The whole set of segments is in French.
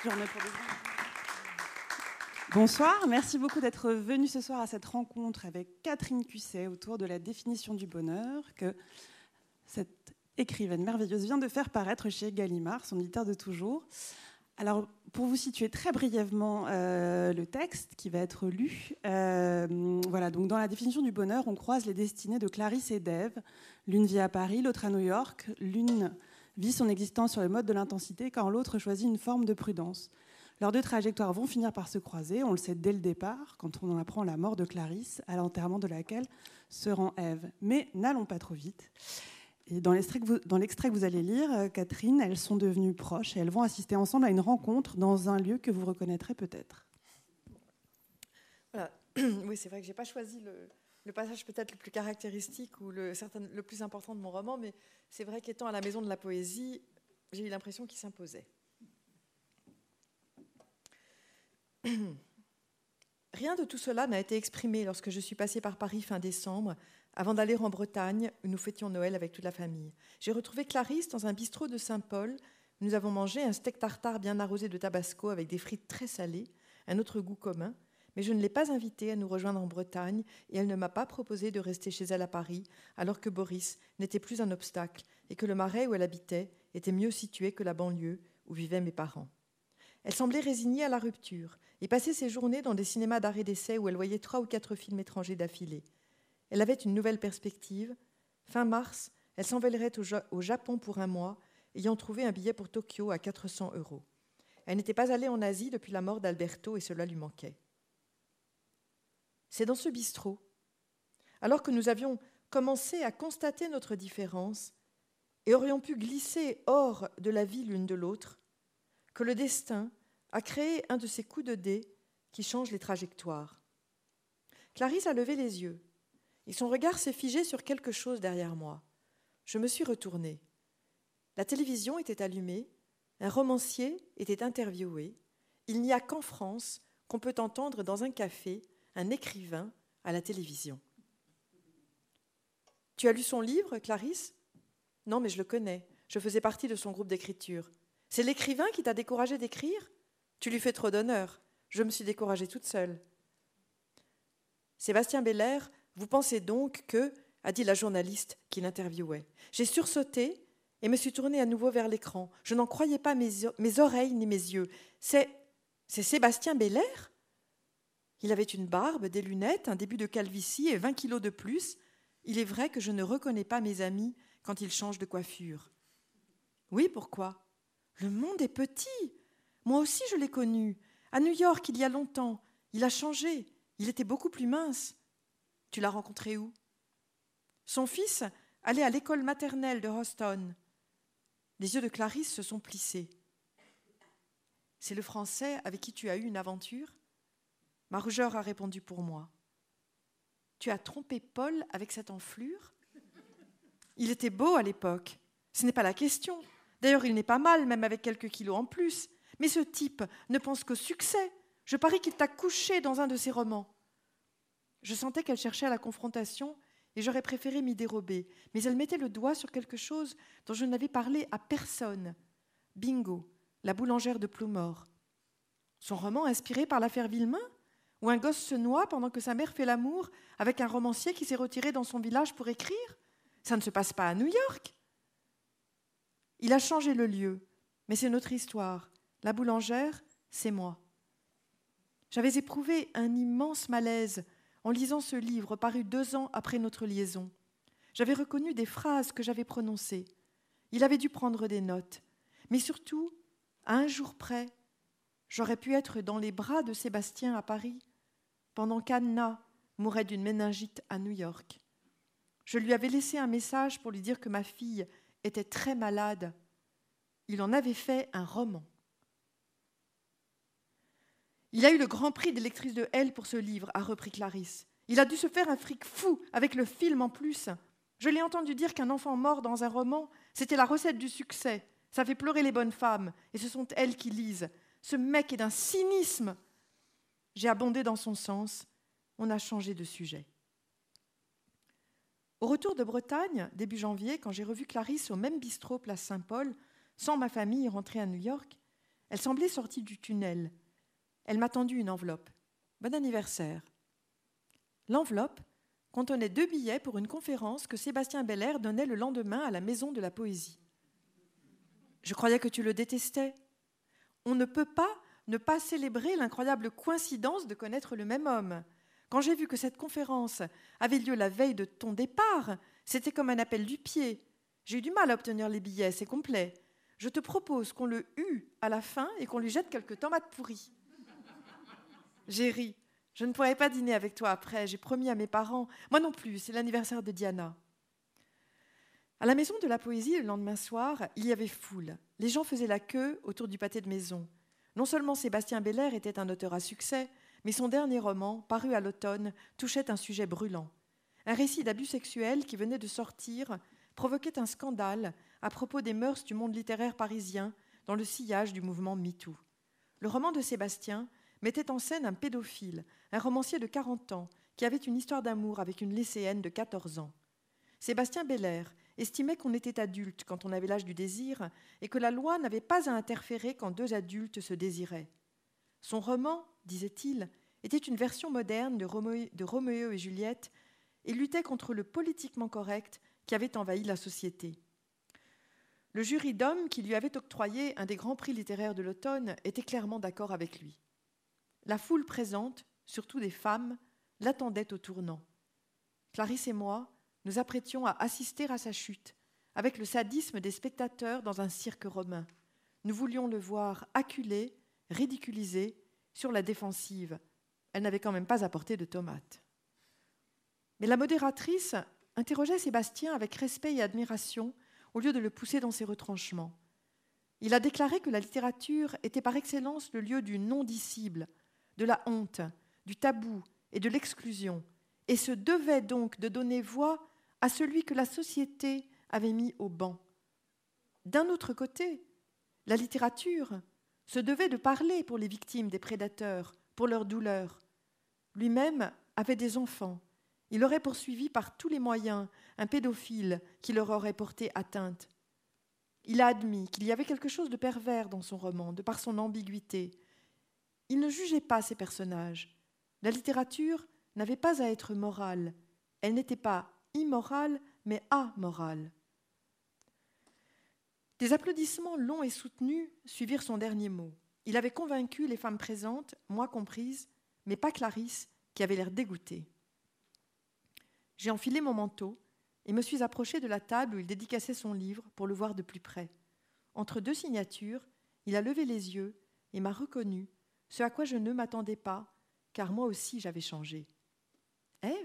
J'en ai pour des gens. Bonsoir, merci beaucoup d'être venu ce soir à cette rencontre avec Catherine Cusset autour de la définition du bonheur que cette écrivaine merveilleuse vient de faire paraître chez Gallimard, son éditeur de toujours. Alors, pour vous situer très brièvement le texte qui va être lu, voilà, donc dans la définition du bonheur, on croise les destinées de Clarisse et d'Ève. L'une vit à Paris, l'autre à New York. L'une vit son existence sur le mode de l'intensité, quand l'autre choisit une forme de prudence. Leurs deux trajectoires vont finir par se croiser, on le sait dès le départ, quand on en apprend la mort de Clarisse, à l'enterrement de laquelle se rend Ève. Mais n'allons pas trop vite. Et dans l'extrait que vous allez lire, Catherine, elles sont devenues proches et elles vont assister ensemble à une rencontre dans un lieu que vous reconnaîtrez peut-être. Voilà. Oui, c'est vrai que je n'ai pas choisi le passage peut-être le plus caractéristique ou le plus important de mon roman, mais c'est vrai qu'étant à la Maison de la Poésie, j'ai eu l'impression qu'il s'imposait. Rien de tout cela n'a été exprimé lorsque je suis passée par Paris fin décembre, avant d'aller en Bretagne, où nous fêtions Noël avec toute la famille. J'ai retrouvé Clarisse dans un bistrot de Saint-Paul. Nous avons mangé un steak tartare bien arrosé de tabasco avec des frites très salées, un autre goût commun, mais je ne l'ai pas invitée à nous rejoindre en Bretagne et elle ne m'a pas proposé de rester chez elle à Paris, alors que Boris n'était plus un obstacle et que le Marais où elle habitait était mieux situé que la banlieue où vivaient mes parents. Elle semblait résignée à la rupture et passait ses journées dans des cinémas d'arrêt d'essai où elle voyait 3 ou 4 films étrangers d'affilée. Elle avait une nouvelle perspective. Fin mars, elle s'envolerait au Japon pour un mois, ayant trouvé un billet pour Tokyo à 400 €. Elle n'était pas allée en Asie depuis la mort d'Alberto et cela lui manquait. C'est dans ce bistrot, alors que nous avions commencé à constater notre différence et aurions pu glisser hors de la vie l'une de l'autre, que le destin a créé un de ces coups de dés qui changent les trajectoires. Clarisse a levé les yeux et son regard s'est figé sur quelque chose derrière moi. Je me suis retournée. La télévision était allumée, un romancier était interviewé. Il n'y a qu'en France qu'on peut entendre dans un café un écrivain à la télévision. « Tu as lu son livre, Clarisse ?»« Non, mais je le connais. Je faisais partie de son groupe d'écriture. »« C'est l'écrivain qui t'a découragée d'écrire ? Tu lui fais trop d'honneur. Je me suis découragée toute seule. » « Sébastien Belair, vous pensez donc que, a dit la journaliste qui l'interviewait. J'ai sursauté et me suis tournée à nouveau vers l'écran. Je n'en croyais pas mes oreilles ni mes yeux. C'est Sébastien Belair ? Il avait une barbe, des lunettes, un début de calvitie et 20 kilos de plus. Il est vrai que je ne reconnais pas mes amis quand ils changent de coiffure. Oui, pourquoi ? Le monde est petit. Moi aussi, je l'ai connu. À New York, il y a longtemps. Il a changé. Il était beaucoup plus mince. Tu l'as rencontré où ? Son fils allait à l'école maternelle de Houston. Les yeux de Clarisse se sont plissés. C'est le Français avec qui tu as eu une aventure ? Ma rougeur a répondu pour moi. Tu as trompé Paul avec cette enflure ? Il était beau à l'époque. Ce n'est pas la question. D'ailleurs, il n'est pas mal, même avec quelques kilos en plus. Mais ce type ne pense qu'au succès. Je parie qu'il t'a couché dans un de ses romans. Je sentais qu'elle cherchait à la confrontation et j'aurais préféré m'y dérober. Mais elle mettait le doigt sur quelque chose dont je n'avais parlé à personne. Bingo, la boulangère de Ploumor. Son roman inspiré par l'affaire Villemain, où un gosse se noie pendant que sa mère fait l'amour avec un romancier qui s'est retiré dans son village pour écrire. Ça ne se passe pas à New York. Il a changé le lieu, mais c'est notre histoire. La boulangère, c'est moi. J'avais éprouvé un immense malaise en lisant ce livre paru 2 ans après notre liaison. J'avais reconnu des phrases que j'avais prononcées. Il avait dû prendre des notes. Mais surtout, à un jour près, j'aurais pu être dans les bras de Sébastien à Paris, pendant qu'Anna mourait d'une méningite à New York. Je lui avais laissé un message pour lui dire que ma fille était très malade. Il en avait fait un roman. Il a eu le grand prix des lectrices de L pour ce livre, a repris Clarisse. Il a dû se faire un fric fou avec le film en plus. Je l'ai entendu dire qu'un enfant mort dans un roman, c'était la recette du succès. Ça fait pleurer les bonnes femmes, et ce sont elles qui lisent. Ce mec est d'un cynisme. J'ai abondé dans son sens. On a changé de sujet. Au retour de Bretagne, début janvier, quand j'ai revu Clarisse au même bistrot place Saint-Paul, sans ma famille rentrée à New York, Elle semblait sortie du tunnel. Elle m'a tendu une enveloppe. Bon anniversaire. L'enveloppe contenait 2 billets pour une conférence que Sébastien Beller donnait le lendemain à la Maison de la Poésie. Je croyais que tu le détestais. On ne peut pas ne pas célébrer l'incroyable coïncidence de connaître le même homme. Quand j'ai vu que cette conférence avait lieu la veille de ton départ, c'était comme un appel du pied. J'ai eu du mal à obtenir les billets, c'est complet. Je te propose qu'on le hue à la fin et qu'on lui jette quelques tomates pourries. J'ai ri. Je ne pourrais pas dîner avec toi après, j'ai promis à mes parents. Moi non plus, c'est l'anniversaire de Diana. À la Maison de la Poésie, le lendemain soir, il y avait foule. Les gens faisaient la queue autour du pâté de maison. Non seulement Sébastien Beller était un auteur à succès, mais son dernier roman, paru à l'automne, touchait un sujet brûlant. Un récit d'abus sexuels qui venait de sortir provoquait un scandale à propos des mœurs du monde littéraire parisien dans le sillage du mouvement MeToo. Le roman de Sébastien mettait en scène un pédophile, un romancier de 40 ans, qui avait une histoire d'amour avec une lycéenne de 14 ans. Sébastien Beller estimait qu'on était adulte quand on avait l'âge du désir et que la loi n'avait pas à interférer quand 2 adultes se désiraient. Son roman, disait-il, était une version moderne de Roméo et Juliette et luttait contre le politiquement correct qui avait envahi la société. Le jury d'hommes qui lui avait octroyé un des grands prix littéraires de l'automne était clairement d'accord avec lui. La foule présente, surtout des femmes, l'attendait au tournant. Clarisse et moi nous apprêtions à assister à sa chute, avec le sadisme des spectateurs dans un cirque romain. Nous voulions le voir acculé, ridiculisé, sur la défensive. Elle n'avait quand même pas apporté de tomates. Mais la modératrice interrogeait Sébastien avec respect et admiration, au lieu de le pousser dans ses retranchements. Il a déclaré que la littérature était par excellence le lieu du non-dissible, de la honte, du tabou et de l'exclusion, et se devait donc de donner voix à celui que la société avait mis au ban. D'un autre côté, la littérature se devait de parler pour les victimes des prédateurs, pour leurs douleurs. Lui-même avait des enfants. Il aurait poursuivi par tous les moyens un pédophile qui leur aurait porté atteinte. Il a admis qu'il y avait quelque chose de pervers dans son roman, de par son ambiguïté. Il ne jugeait pas ses personnages. La littérature n'avait pas à être morale. Elle n'était pas immorale, mais amorale. Des applaudissements longs et soutenus suivirent son dernier mot. Il avait convaincu les femmes présentes, moi comprise, mais pas Clarisse, qui avait l'air dégoûtée. J'ai enfilé mon manteau et me suis approchée de la table où il dédicaçait son livre pour le voir de plus près. Entre 2 signatures, il a levé les yeux et m'a reconnue, ce à quoi je ne m'attendais pas, car moi aussi j'avais changé. « Ève ?»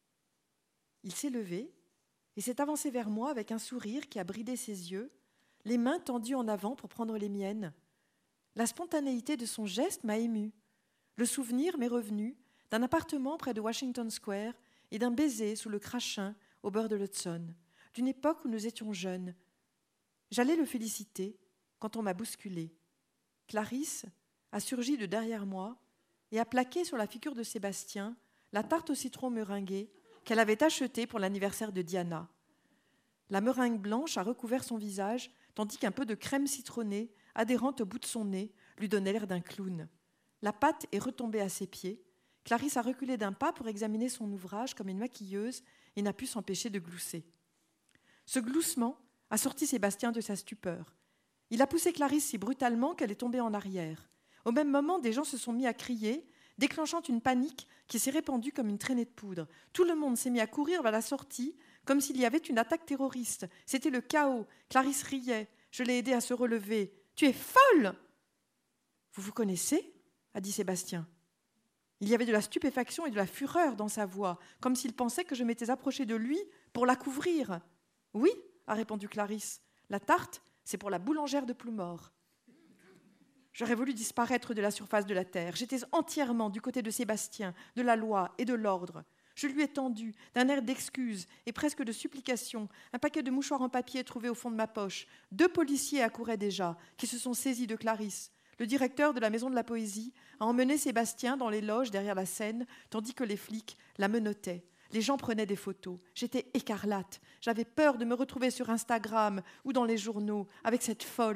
Il s'est levé et s'est avancé vers moi avec un sourire qui a bridé ses yeux, les mains tendues en avant pour prendre les miennes. La spontanéité de son geste m'a émue. Le souvenir m'est revenu d'un appartement près de Washington Square et d'un baiser sous le crachin au bord de l'Hudson, d'une époque où nous étions jeunes. J'allais le féliciter quand on m'a bousculée. Clarisse a surgi de derrière moi et a plaqué sur la figure de Sébastien la tarte au citron meringuée qu'elle avait achetée pour l'anniversaire de Diana. La meringue blanche a recouvert son visage, tandis qu'un peu de crème citronnée, adhérente au bout de son nez, lui donnait l'air d'un clown. La pâte est retombée à ses pieds. Clarisse a reculé d'un pas pour examiner son ouvrage comme une maquilleuse et n'a pu s'empêcher de glousser. Ce gloussement a sorti Sébastien de sa stupeur. Il a poussé Clarisse si brutalement qu'elle est tombée en arrière. Au même moment, des gens se sont mis à crier, déclenchant une panique qui s'est répandue comme une traînée de poudre. Tout le monde s'est mis à courir vers la sortie, comme s'il y avait une attaque terroriste. C'était le chaos. Clarisse riait. Je l'ai aidée à se relever. « Tu es folle !»« Vous vous connaissez ?» a dit Sébastien. Il y avait de la stupéfaction et de la fureur dans sa voix, comme s'il pensait que je m'étais approchée de lui pour la couvrir. « Oui », a répondu Clarisse. « La tarte, c'est pour la boulangère de Ploumor. » J'aurais voulu disparaître de la surface de la terre. J'étais entièrement du côté de Sébastien, de la loi et de l'ordre. Je lui ai tendu, d'un air d'excuse et presque de supplication, un paquet de mouchoirs en papier trouvé au fond de ma poche. 2 policiers accouraient déjà, qui se sont saisis de Clarisse. Le directeur de la Maison de la Poésie a emmené Sébastien dans les loges derrière la scène, tandis que les flics la menottaient. Les gens prenaient des photos. J'étais écarlate. J'avais peur de me retrouver sur Instagram ou dans les journaux avec cette folle.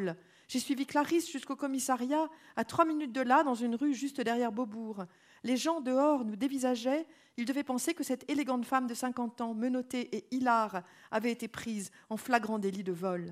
J'ai suivi Clarisse jusqu'au commissariat, à 3 minutes de là, dans une rue juste derrière Beaubourg. Les gens dehors nous dévisageaient. Ils devaient penser que cette élégante femme de 50 ans, menottée et hilare, avait été prise en flagrant délit de vol.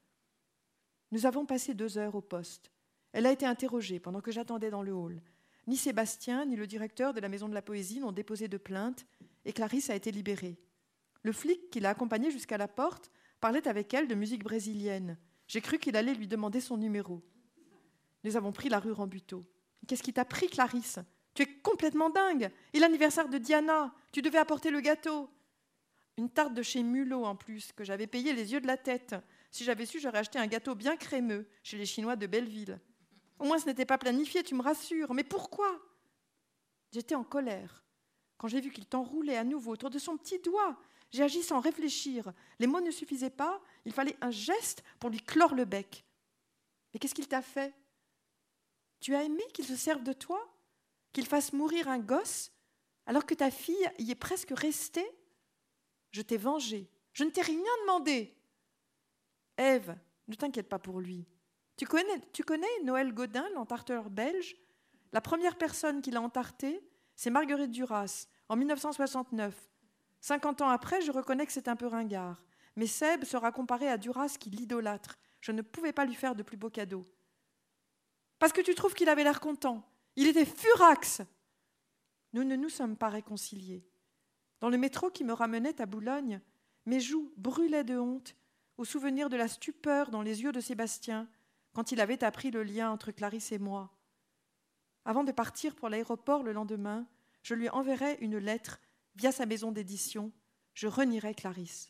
Nous avons passé 2 heures au poste. Elle a été interrogée pendant que j'attendais dans le hall. Ni Sébastien, ni le directeur de la Maison de la Poésie n'ont déposé de plainte et Clarisse a été libérée. Le flic qui l'a accompagnée jusqu'à la porte parlait avec elle de musique brésilienne. J'ai cru qu'il allait lui demander son numéro. Nous avons pris la rue Rambuteau. « Qu'est-ce qui t'a pris, Clarisse ? Tu es complètement dingue. Et l'anniversaire de Diana, tu devais apporter le gâteau. » Une tarte de chez Mulot en plus, que j'avais payé les yeux de la tête. Si j'avais su, j'aurais acheté un gâteau bien crémeux chez les Chinois de Belleville. Au moins, ce n'était pas planifié, tu me rassures. Mais pourquoi ? J'étais en colère. Quand j'ai vu qu'il t'enroulait à nouveau autour de son petit doigt, j'ai agi sans réfléchir. Les mots ne suffisaient pas, il fallait un geste pour lui clore le bec. Mais qu'est-ce qu'il t'a fait ? Tu as aimé qu'il se serve de toi ? Qu'il fasse mourir un gosse alors que ta fille y est presque restée ? Je t'ai vengé. Je ne t'ai rien demandé. Ève, ne t'inquiète pas pour lui. Tu connais Noël Godin, l'entarteur belge ? La première personne qui l'a entarté, c'est Marguerite Duras, en 1969. 50 ans après, je reconnais que c'est un peu ringard. Mais Seb sera comparé à Duras qui l'idolâtre. Je ne pouvais pas lui faire de plus beau cadeau. Parce que tu trouves qu'il avait l'air content. Il était furax. Nous ne nous sommes pas réconciliés. Dans le métro qui me ramenait à Boulogne, mes joues brûlaient de honte au souvenir de la stupeur dans les yeux de Sébastien quand il avait appris le lien entre Clarisse et moi. Avant de partir pour l'aéroport le lendemain, je lui enverrai une lettre via sa maison d'édition. Je renierai Clarisse.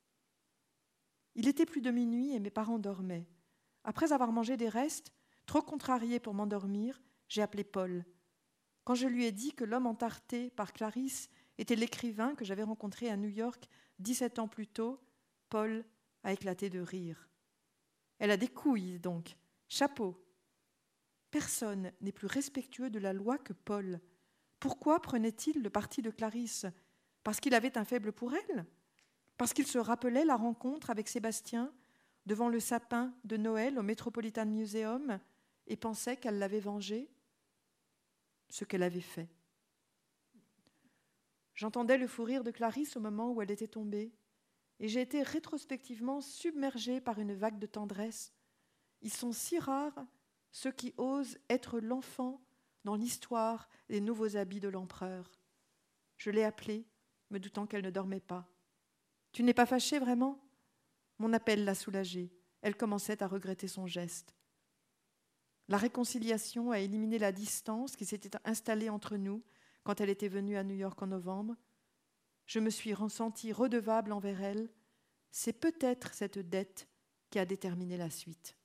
Il était plus de minuit et mes parents dormaient. Après avoir mangé des restes, trop contrariée pour m'endormir, j'ai appelé Paul. Quand je lui ai dit que l'homme entarté par Clarisse était l'écrivain que j'avais rencontré à New York 17 ans plus tôt, Paul a éclaté de rire. Elle a des couilles, donc. Chapeau. Personne n'est plus respectueux de la loi que Paul. Pourquoi prenait-il le parti de Clarisse ? Parce qu'il avait un faible pour elle ? Parce qu'il se rappelait la rencontre avec Sébastien devant le sapin de Noël au Metropolitan Museum et pensait qu'elle l'avait vengé ? Ce qu'elle avait fait. J'entendais le fou rire de Clarisse au moment où elle était tombée, et j'ai été rétrospectivement submergée par une vague de tendresse. Ils sont si rares, ceux qui osent être l'enfant dans l'histoire des nouveaux habits de l'empereur. Je l'ai appelée, me doutant qu'elle ne dormait pas. « Tu n'es pas fâchée, vraiment ?» Mon appel l'a soulagée. Elle commençait à regretter son geste. La réconciliation a éliminé la distance qui s'était installée entre nous quand elle était venue à New York en novembre. Je me suis ressentie redevable envers elle. C'est peut-être cette dette qui a déterminé la suite.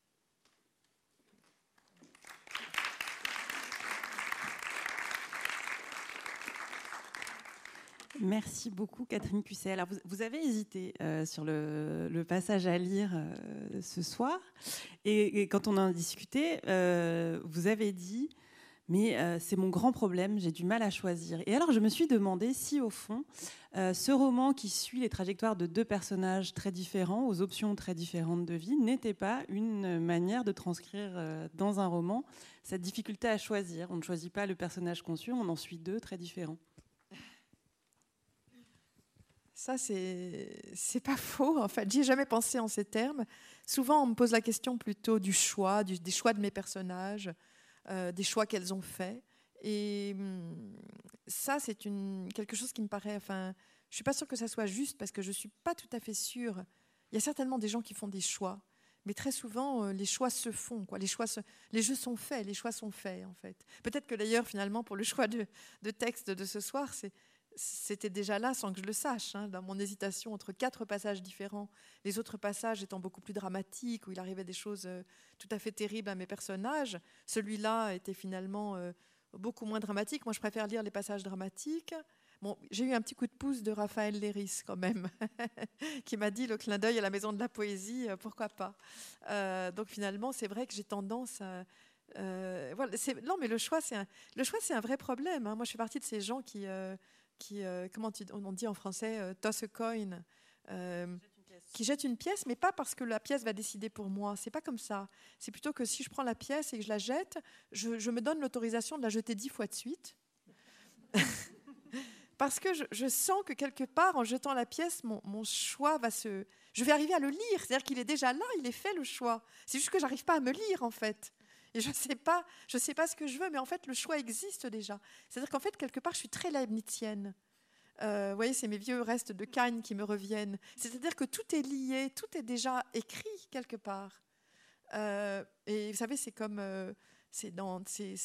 Merci beaucoup, Catherine Cusset. Alors, vous avez hésité sur le passage à lire ce soir. Et quand on en a discuté, vous avez dit « Mais c'est mon grand problème, j'ai du mal à choisir. » Et alors, je me suis demandé si, au fond, ce roman qui suit les trajectoires de 2 personnages très différents, aux options très différentes de vie, n'était pas une manière de transcrire dans un roman cette difficulté à choisir. On ne choisit pas le personnage qu'on suit, on en suit 2 très différents. Ça, c'est pas faux, en fait. J'y ai jamais pensé en ces termes. Souvent, on me pose la question plutôt du choix, des choix de mes personnages, des choix qu'elles ont faits. Et ça, c'est quelque chose qui me paraît... Enfin, je suis pas sûre que ça soit juste parce que je suis pas tout à fait sûre. Il y a certainement des gens qui font des choix, mais très souvent, les choix se font, quoi. Les jeux sont faits, les choix sont faits, en fait. Peut-être que d'ailleurs, finalement, pour le choix de texte de ce soir, c'était déjà là sans que je le sache, hein, dans mon hésitation entre 4 passages différents, les autres passages étant beaucoup plus dramatiques, où il arrivait des choses tout à fait terribles à mes personnages. Celui-là était finalement beaucoup moins dramatique. Moi, je préfère lire les passages dramatiques. Bon, j'ai eu un petit coup de pouce de Raphaël Léris, quand même, qui m'a dit le clin d'œil à la Maison de la Poésie, pourquoi pas. Donc finalement, c'est vrai que j'ai tendance à... voilà, non, mais le choix, c'est un vrai problème, hein. Moi, je fais partie de ces gens qui comment on dit en français, toss a coin, qui jette une pièce, mais pas parce que la pièce va décider pour moi. C'est pas comme ça. C'est plutôt que si je prends la pièce et que je la jette, je me donne l'autorisation de la jeter 10 fois de suite. Parce que je sens que quelque part, en jetant la pièce, mon choix va se... Je vais arriver à le lire. C'est-à-dire qu'il est déjà là, il est fait le choix. C'est juste que j'arrive pas à me lire, en fait. Et je sais pas ce que je veux, mais en fait, le choix existe déjà. C'est-à-dire qu'en fait, quelque part, je suis très leibnizienne. Vous voyez, c'est mes vieux restes de Kant qui me reviennent. C'est-à-dire que tout est lié, tout est déjà écrit quelque part. Et vous savez, c'est comme... c'est dans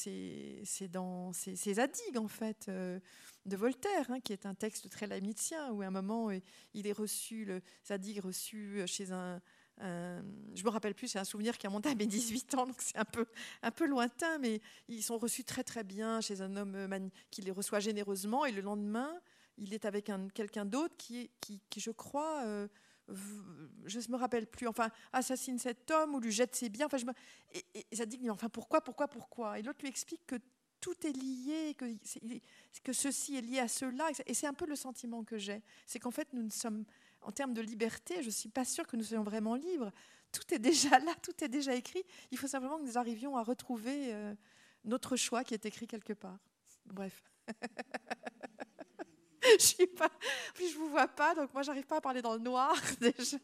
Zadig, en fait, de Voltaire, qui est un texte très leibnizien, où à un moment, il est reçu, Zadig est reçu chez un... je me rappelle plus, c'est un souvenir qui a monté à mes 18 ans, donc c'est un peu lointain, mais ils sont reçus très très bien chez un homme qui les reçoit généreusement, et le lendemain, il est avec quelqu'un d'autre qui je crois... je ne me rappelle plus, enfin, assassine cet homme ou lui jette ses biens. Enfin, et ça dit, mais enfin, pourquoi? Et l'autre lui explique que tout est lié, que ceci est lié à cela. Et c'est un peu le sentiment que j'ai. C'est qu'en fait, nous sommes, en termes de liberté, je ne suis pas sûre que nous soyons vraiment libres. Tout est déjà là, tout est déjà écrit. Il faut simplement que nous arrivions à retrouver notre choix qui est écrit quelque part. Bref. Je vous vois pas, donc moi j'arrive pas à parler dans le noir déjà.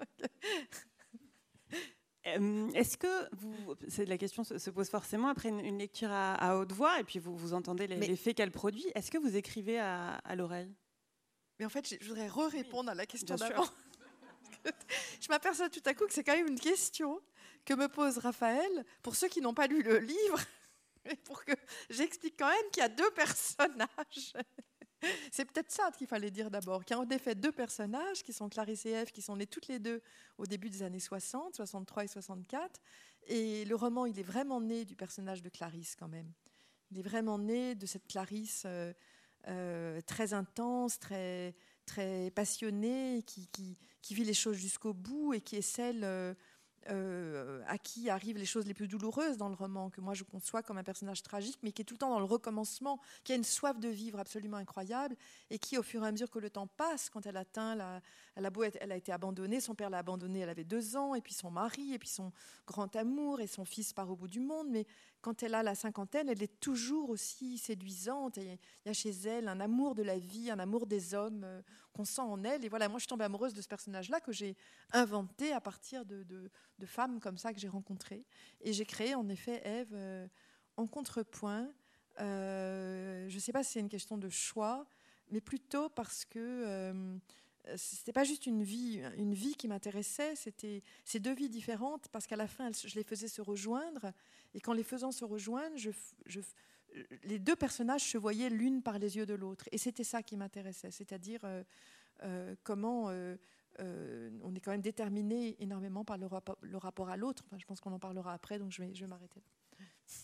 Est-ce que la question se pose forcément après une lecture à haute voix, et puis vous entendez l'effet qu'elle produit. Est-ce que vous écrivez à l'oreille? Mais en fait, je voudrais répondre à la question d'avant. Je m'aperçois tout à coup que c'est quand même une question que me pose Raphaël pour ceux qui n'ont pas lu le livre, et pour que j'explique quand même qu'il y a 2 personnages. C'est peut-être ça qu'il fallait dire d'abord, qu'il y a en effet 2 personnages qui sont Clarisse et Ève, qui sont nés toutes les 2 au début des années 60, 63 et 64. Et le roman, il est vraiment né du personnage de Clarisse quand même. Il est vraiment né de cette Clarisse très intense, très, très passionnée, qui vit les choses jusqu'au bout et qui est celle... à qui arrivent les choses les plus douloureuses dans le roman, que moi je conçois comme un personnage tragique, mais qui est tout le temps dans le recommencement, qui a une soif de vivre absolument incroyable, et qui, au fur et à mesure que le temps passe, quand elle atteint elle a été abandonnée, son père l'a abandonnée, elle avait 2 ans, et puis son mari, et puis son grand amour, et son fils part au bout du monde, mais quand elle a la cinquantaine, elle est toujours aussi séduisante, et il y a chez elle un amour de la vie, un amour des hommes qu'on sent en elle, et voilà, moi je suis tombée amoureuse de ce personnage-là que j'ai inventé à partir de femmes comme ça que j'ai rencontrées. Et j'ai créé en effet Ève en contrepoint. Je ne sais pas si c'est une question de choix, mais plutôt parce que c'était pas juste une vie qui m'intéressait, c'était ces 2 vies différentes, parce qu'à la fin, je les faisais se rejoindre, et qu'en les faisant se rejoindre, les 2 personnages se voyaient l'une par les yeux de l'autre. Et c'était ça qui m'intéressait, c'est-à-dire comment... on est quand même déterminé énormément par le rapport à l'autre. Enfin, je pense qu'on en parlera après, donc je vais m'arrêter là.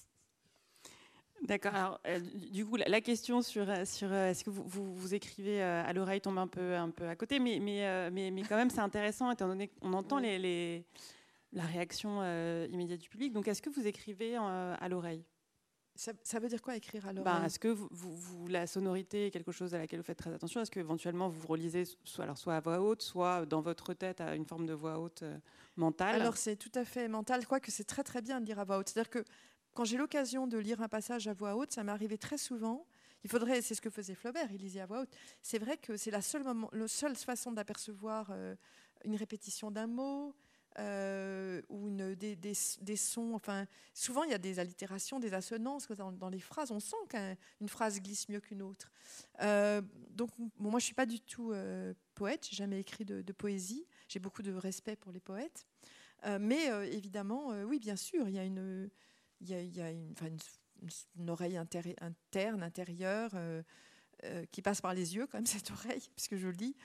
D'accord. Alors, du coup, la question sur est-ce que vous écrivez à l'oreille tombe un peu à côté, mais quand même c'est intéressant étant donné qu'on entend la réaction immédiate du public. Donc, est-ce que vous écrivez à l'oreille? Ça veut dire quoi, écrire à l'oreille? Est-ce que la sonorité est quelque chose à laquelle vous faites très attention? Est-ce qu'éventuellement vous relisez soit à voix haute, soit dans votre tête à une forme de voix haute mentale? Alors c'est tout à fait mental, quoique c'est très très bien de lire à voix haute. C'est-à-dire que quand j'ai l'occasion de lire un passage à voix haute, ça m'est arrivé très souvent. C'est ce que faisait Flaubert, il lisait à voix haute. C'est vrai que c'est la seule façon d'apercevoir une répétition d'un mot, ou des sons. Enfin, souvent, il y a des allitérations, des assonances dans les phrases. On sent qu'une phrase glisse mieux qu'une autre. Donc, moi, je ne suis pas du tout poète. Je n'ai jamais écrit de poésie. J'ai beaucoup de respect pour les poètes. Mais évidemment, oui, bien sûr, il y a une oreille interne, intérieure, qui passe par les yeux, quand même, cette oreille, puisque je le dis.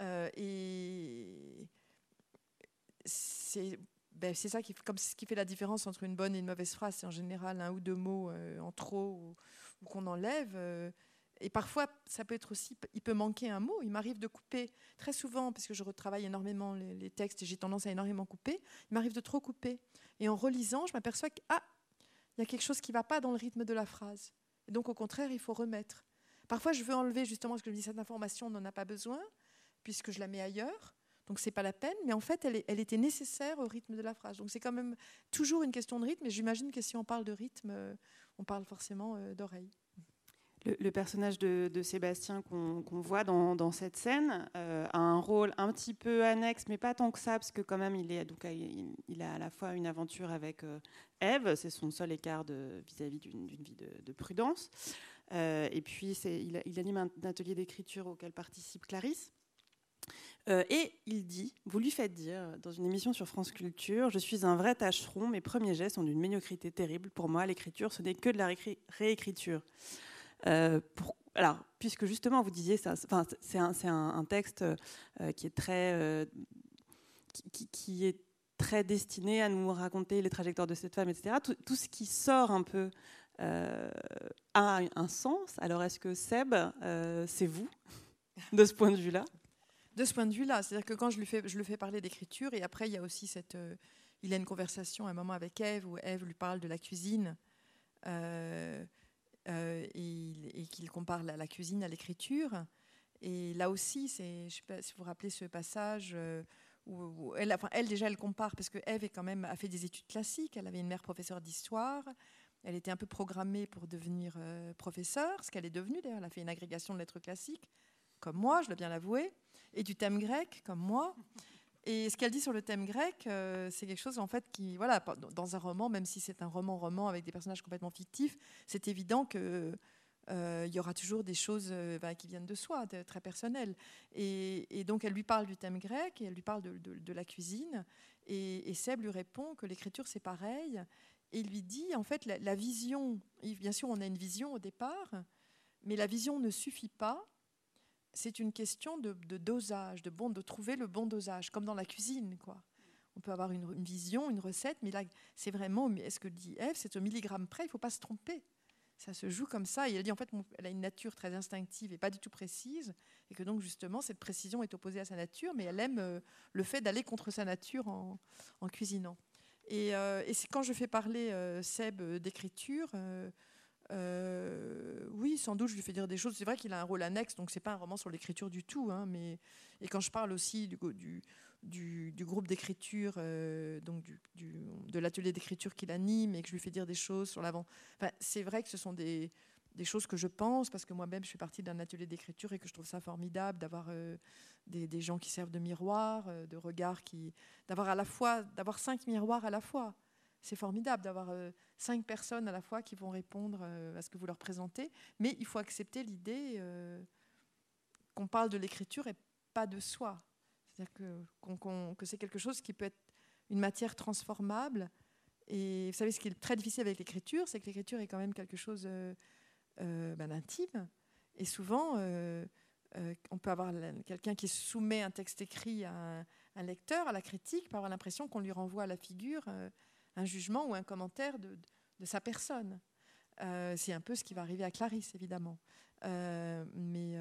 Et c'est ça qui fait la différence entre une bonne et une mauvaise phrase. C'est en général 1 ou 2 mots en trop ou qu'on enlève. Et parfois, ça peut être aussi, il peut manquer un mot. Il m'arrive de couper très souvent, parce que je retravaille énormément les textes et j'ai tendance à énormément couper. Il m'arrive de trop couper. Et en relisant, je m'aperçois qu'il y a quelque chose qui ne va pas dans le rythme de la phrase. Et donc, au contraire, il faut remettre. Parfois, je veux enlever justement, parce que je me dis, cette information, on n'en a pas besoin, puisque je la mets ailleurs. Donc c'est pas la peine, mais en fait elle était nécessaire au rythme de la phrase. Donc c'est quand même toujours une question de rythme, et j'imagine que si on parle de rythme, on parle forcément d'oreille. Le personnage de Sébastien qu'on voit dans cette scène a un rôle un petit peu annexe, mais pas tant que ça, parce que quand même il a à la fois une aventure avec Ève, c'est son seul écart vis-à-vis d'une vie de prudence, et puis il anime un atelier d'écriture auquel participe Clarisse. Et il dit, vous lui faites dire dans une émission sur France Culture, je suis un vrai tâcheron, mes premiers gestes sont d'une médiocrité terrible. Pour moi, l'écriture, ce n'est que de la réécriture. Alors, puisque justement vous disiez ça, c'est un texte qui est qui est très destiné à nous raconter les trajectoires de cette femme, etc. Tout ce qui sort un peu a un sens. Alors, est-ce que Seb, c'est vous de ce point de vue-là? De ce point de vue-là, c'est-à-dire que quand je le fais parler d'écriture, et après il y a aussi il a une conversation à un moment avec Ève où Ève lui parle de la cuisine. Et qu'il compare la cuisine à l'écriture. Et là aussi, je ne sais pas si vous vous rappelez ce passage où elle déjà, elle compare, parce que Ève a fait des études classiques, elle avait une mère professeure d'histoire, elle était un peu programmée pour devenir professeure, ce qu'elle est devenue d'ailleurs, elle a fait une agrégation de lettres classiques, comme moi, je dois bien l'avouer, et du thème grec, comme moi. Et ce qu'elle dit sur le thème grec, c'est quelque chose en fait qui, voilà, dans un roman, même si c'est un roman avec des personnages complètement fictifs, c'est évident que y aura toujours des choses qui viennent de soi, très personnelles. Et donc elle lui parle du thème grec et elle lui parle de la cuisine. Et Seb lui répond que l'écriture c'est pareil. Et il lui dit en fait la vision. Bien sûr, on a une vision au départ, mais la vision ne suffit pas. C'est une question de dosage, de trouver le bon dosage, comme dans la cuisine, quoi. On peut avoir une vision, une recette, mais là, c'est vraiment, ce que dit Ève, c'est au milligramme près, il ne faut pas se tromper. Ça se joue comme ça. Et elle dit, en fait, elle a une nature très instinctive et pas du tout précise, et que donc, justement, cette précision est opposée à sa nature, mais elle aime le fait d'aller contre sa nature en cuisinant. Et c'est quand je fais parler Seb d'écriture... oui, sans doute, je lui fais dire des choses. C'est vrai qu'il a un rôle annexe, donc c'est pas un roman sur l'écriture du tout. Hein, et quand je parle aussi du groupe d'écriture, donc de l'atelier d'écriture qu'il anime, et que je lui fais dire des choses sur l'avant, c'est vrai que ce sont des choses que je pense, parce que moi-même, je suis partie d'un atelier d'écriture et que je trouve ça formidable d'avoir des gens qui servent de miroir, de regard, d'avoir 5 miroirs à la fois. C'est formidable d'avoir 5 personnes à la fois qui vont répondre à ce que vous leur présentez, mais il faut accepter l'idée qu'on parle de l'écriture et pas de soi. C'est-à-dire que c'est quelque chose qui peut être une matière transformable. Et vous savez, ce qui est très difficile avec l'écriture, c'est que l'écriture est quand même quelque chose d'intime. Et souvent, on peut avoir quelqu'un qui soumet un texte écrit à un lecteur, à la critique, peut avoir l'impression qu'on lui renvoie à la figure un jugement ou un commentaire de sa personne. C'est un peu ce qui va arriver à Clarisse, évidemment. Mais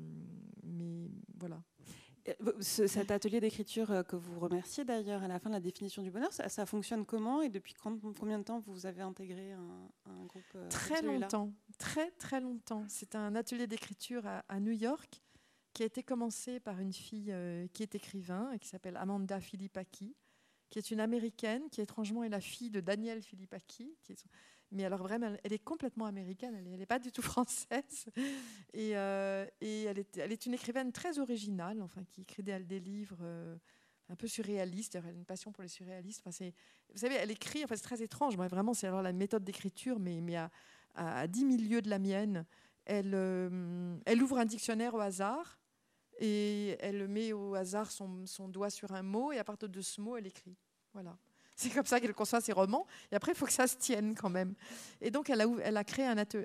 voilà. Cet atelier d'écriture que vous remerciez d'ailleurs à la fin de la définition du bonheur, ça fonctionne comment et depuis combien de temps vous avez intégré un groupe Très longtemps, très longtemps. C'est un atelier d'écriture à New York qui a été commencé par une fille qui est écrivain et qui s'appelle Amanda Filippaki, qui est une Américaine, qui étrangement est la fille de Daniel Filippaki. Mais alors vraiment, elle est complètement américaine, elle n'est pas du tout française. Et elle est une écrivaine très originale, enfin, qui écrit des livres un peu surréalistes. Elle a une passion pour les surréalistes. Enfin, vous savez, elle écrit, enfin, c'est très étrange. Moi, vraiment, c'est alors la méthode d'écriture, mais à 10 000 lieues de la mienne. Elle ouvre un dictionnaire au hasard et elle met au hasard son doigt sur un mot et à partir de ce mot, elle écrit. Voilà. C'est comme ça qu'elle conçoit ses romans. Et après, il faut que ça se tienne quand même. Et donc, elle a créé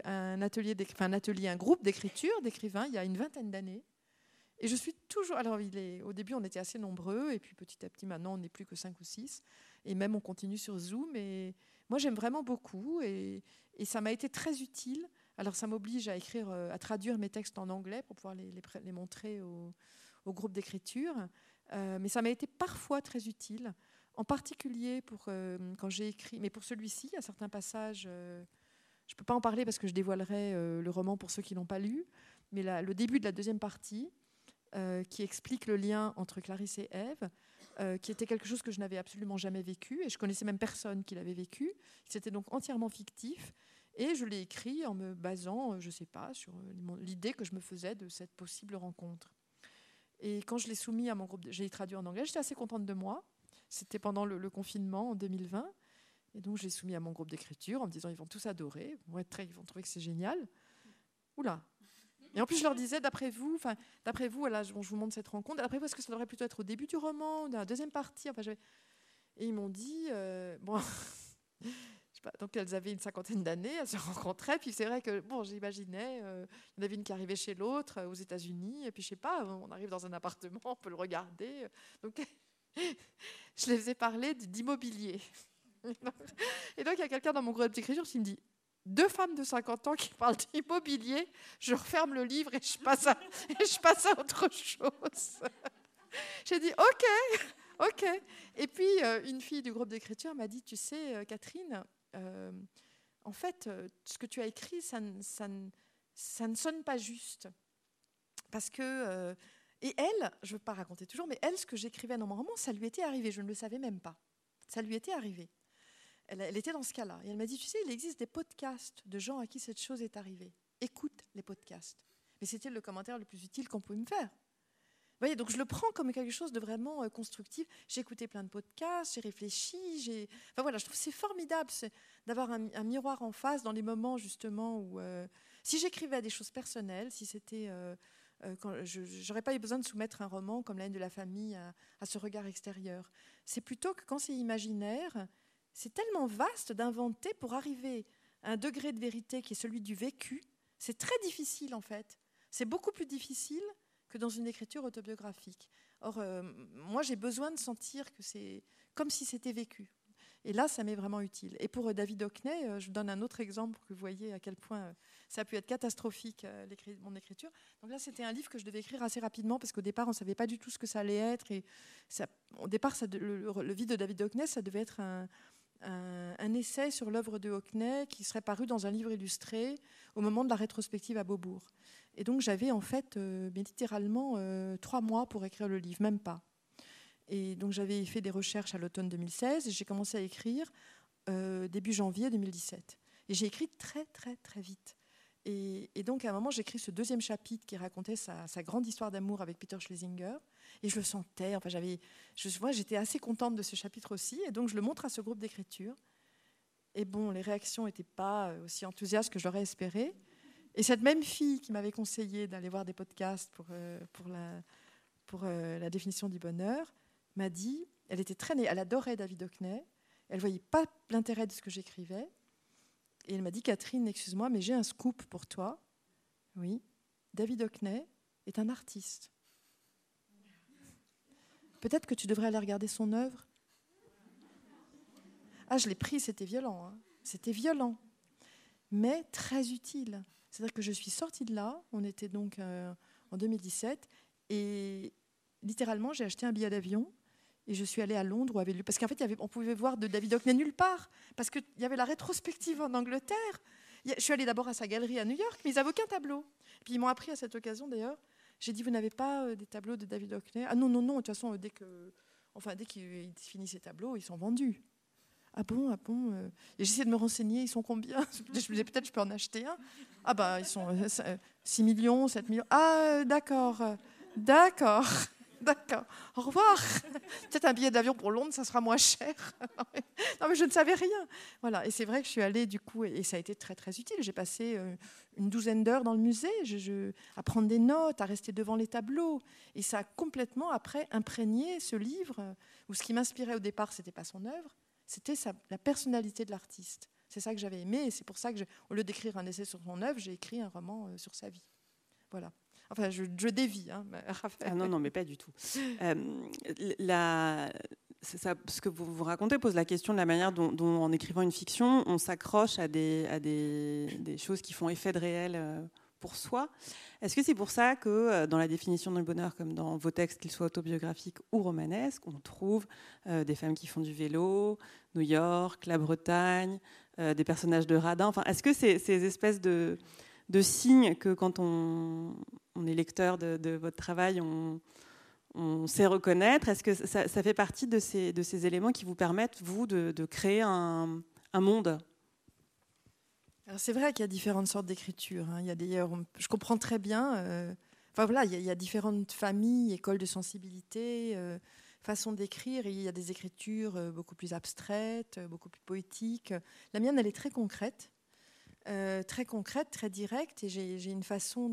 un groupe d'écrivains, il y a une 20aine d'années. Et je suis toujours... Alors, au début, on était assez nombreux. Et puis, petit à petit, maintenant, on n'est plus que 5 ou 6. Et même, on continue sur Zoom. Et moi, j'aime vraiment beaucoup. Et ça m'a été très utile. Alors, ça m'oblige à écrire, à traduire mes textes en anglais pour pouvoir les montrer au groupe d'écriture. Mais ça m'a été parfois très utile. En particulier quand j'ai écrit, mais pour celui-ci, il y a certains passages, je ne peux pas en parler parce que je dévoilerai le roman pour ceux qui ne l'ont pas lu, mais le début de la deuxième partie qui explique le lien entre Clarisse et Ève, qui était quelque chose que je n'avais absolument jamais vécu, et je connaissais même personne qui l'avait vécu. C'était donc entièrement fictif, et je l'ai écrit en me basant, je ne sais pas, sur l'idée que je me faisais de cette possible rencontre. Et quand je l'ai soumis à mon groupe, j'ai traduit en anglais, j'étais assez contente de moi. C'était pendant le confinement en 2020, et donc je l'ai soumis à mon groupe d'écriture en me disant ils vont tous adorer, ils vont trouver que c'est génial. Oula. Et en plus, je leur disais, d'après vous, voilà, je vous montre cette rencontre, d'après vous, est-ce que ça devrait plutôt être au début du roman, dans la deuxième partie, et ils m'ont dit, bon, je sais pas, donc elles avaient une 50aine d'années, elles se rencontraient, puis c'est vrai que, bon, j'imaginais, il y en avait une qui arrivait chez l'autre, aux États-Unis, et puis je sais pas, on arrive dans un appartement, on peut le regarder, donc je les faisais parler d'immobilier. Et donc, il y a quelqu'un dans mon groupe d'écriture qui me dit, 2 femmes de 50 ans qui parlent d'immobilier, je referme le livre et je passe à autre chose. J'ai dit ok. Et puis une fille du groupe d'écriture m'a dit, tu sais Catherine, en fait ce que tu as écrit ça ne sonne pas juste parce que et elle, je ne veux pas raconter toujours, mais elle, ce que j'écrivais dans mon roman, ça lui était arrivé, je ne le savais même pas, ça lui était arrivé. Elle était dans ce cas-là. Et elle m'a dit, tu sais, il existe des podcasts de gens à qui cette chose est arrivée. Écoute les podcasts. Mais c'était le commentaire le plus utile qu'on pouvait me faire. Vous voyez, donc je le prends comme quelque chose de vraiment constructif. J'ai écouté plein de podcasts, j'ai réfléchi. Enfin voilà, je trouve que c'est formidable d'avoir un miroir en face dans les moments justement où... si j'écrivais des choses personnelles, si c'était... je n'aurais pas eu besoin de soumettre un roman comme La haine de la famille à ce regard extérieur. C'est plutôt que quand c'est imaginaire... C'est tellement vaste d'inventer pour arriver à un degré de vérité qui est celui du vécu. C'est très difficile en fait. C'est beaucoup plus difficile que dans une écriture autobiographique. Or, moi j'ai besoin de sentir que c'est comme si c'était vécu. Et là, ça m'est vraiment utile. Et pour David Hockney, je vous donne un autre exemple pour que vous voyez à quel point ça a pu être catastrophique, mon écriture. Donc là, c'était un livre que je devais écrire assez rapidement parce qu'au départ, on ne savait pas du tout ce que ça allait être. Et au départ, le Vide de David Hockney, ça devait être un essai sur l'œuvre de Hockney qui serait paru dans un livre illustré au moment de la rétrospective à Beaubourg. Et donc j'avais en fait littéralement 3 mois pour écrire le livre, même pas. Et donc j'avais fait des recherches à l'automne 2016 et j'ai commencé à écrire début janvier 2017. Et j'ai écrit très très très vite. Et donc à un moment j'écris ce 2e chapitre qui racontait sa grande histoire d'amour avec Peter Schlesinger. Et je le sentais, enfin j'étais assez contente de ce chapitre aussi, et donc je le montre à ce groupe d'écriture. Et bon, les réactions n'étaient pas aussi enthousiastes que j'aurais espéré. Et cette même fille qui m'avait conseillé d'aller voir des podcasts pour la définition du bonheur m'a dit, elle adorait David Hockney, elle ne voyait pas l'intérêt de ce que j'écrivais, et elle m'a dit, Catherine, excuse-moi, mais j'ai un scoop pour toi. Oui, David Hockney est un artiste. Peut-être que tu devrais aller regarder son œuvre. Ah, je l'ai pris, c'était violent. Hein. C'était violent, mais très utile. C'est-à-dire que je suis sortie de là, on était donc en 2017, et littéralement, j'ai acheté un billet d'avion et je suis allée à Londres où avait lieu... Parce qu'en fait, on pouvait voir de David Hockney nulle part, parce qu'il y avait la rétrospective en Angleterre. Je suis allée d'abord à sa galerie à New York, mais ils n'avaient aucun tableau. Puis ils m'ont appris à cette occasion, d'ailleurs. J'ai dit, vous n'avez pas des tableaux de David Hockney? Ah non, de toute façon, dès qu'il finit ses tableaux, ils sont vendus. Ah bon. Et j'essayais de me renseigner, ils sont combien? Je me disais, peut-être je peux en acheter un. Ah bah, ils sont 6 millions, 7 millions. Ah, d'accord. Au revoir. Peut-être un billet d'avion pour Londres, ça sera moins cher. Non, mais je ne savais rien. Voilà. Et c'est vrai que je suis allée, du coup, et ça a été très, très utile. J'ai passé une 12aine d'heures dans le musée, à prendre des notes, à rester devant les tableaux. Et ça a complètement, après, imprégné ce livre, où ce qui m'inspirait au départ, ce n'était pas son œuvre, c'était la personnalité de l'artiste. C'est ça que j'avais aimé, et c'est pour ça que, au lieu d'écrire un essai sur son œuvre, j'ai écrit un roman sur sa vie. Voilà. Enfin, je dévie, hein, Raphaël. Ah non, mais pas du tout. Ce que vous racontez pose la question de la manière dont en écrivant une fiction, on s'accroche à des choses qui font effet de réel pour soi. Est-ce que c'est pour ça que dans la définition du bonheur, comme dans vos textes, qu'ils soient autobiographiques ou romanesques, on trouve des femmes qui font du vélo, New York, la Bretagne, des personnages de radins. Enfin, est-ce que ces espèces de signes que quand on on est lecteur de votre travail, on sait reconnaître. Est-ce que ça fait partie de ces éléments qui vous permettent, vous, de créer un monde ? Alors c'est vrai qu'il y a différentes sortes d'écriture. Il y a d'ailleurs, je comprends très bien. Voilà, il y a différentes familles, écoles de sensibilité, façons d'écrire. Il y a des écritures beaucoup plus abstraites, beaucoup plus poétiques. La mienne, elle est très concrète, très directe. Et j'ai une façon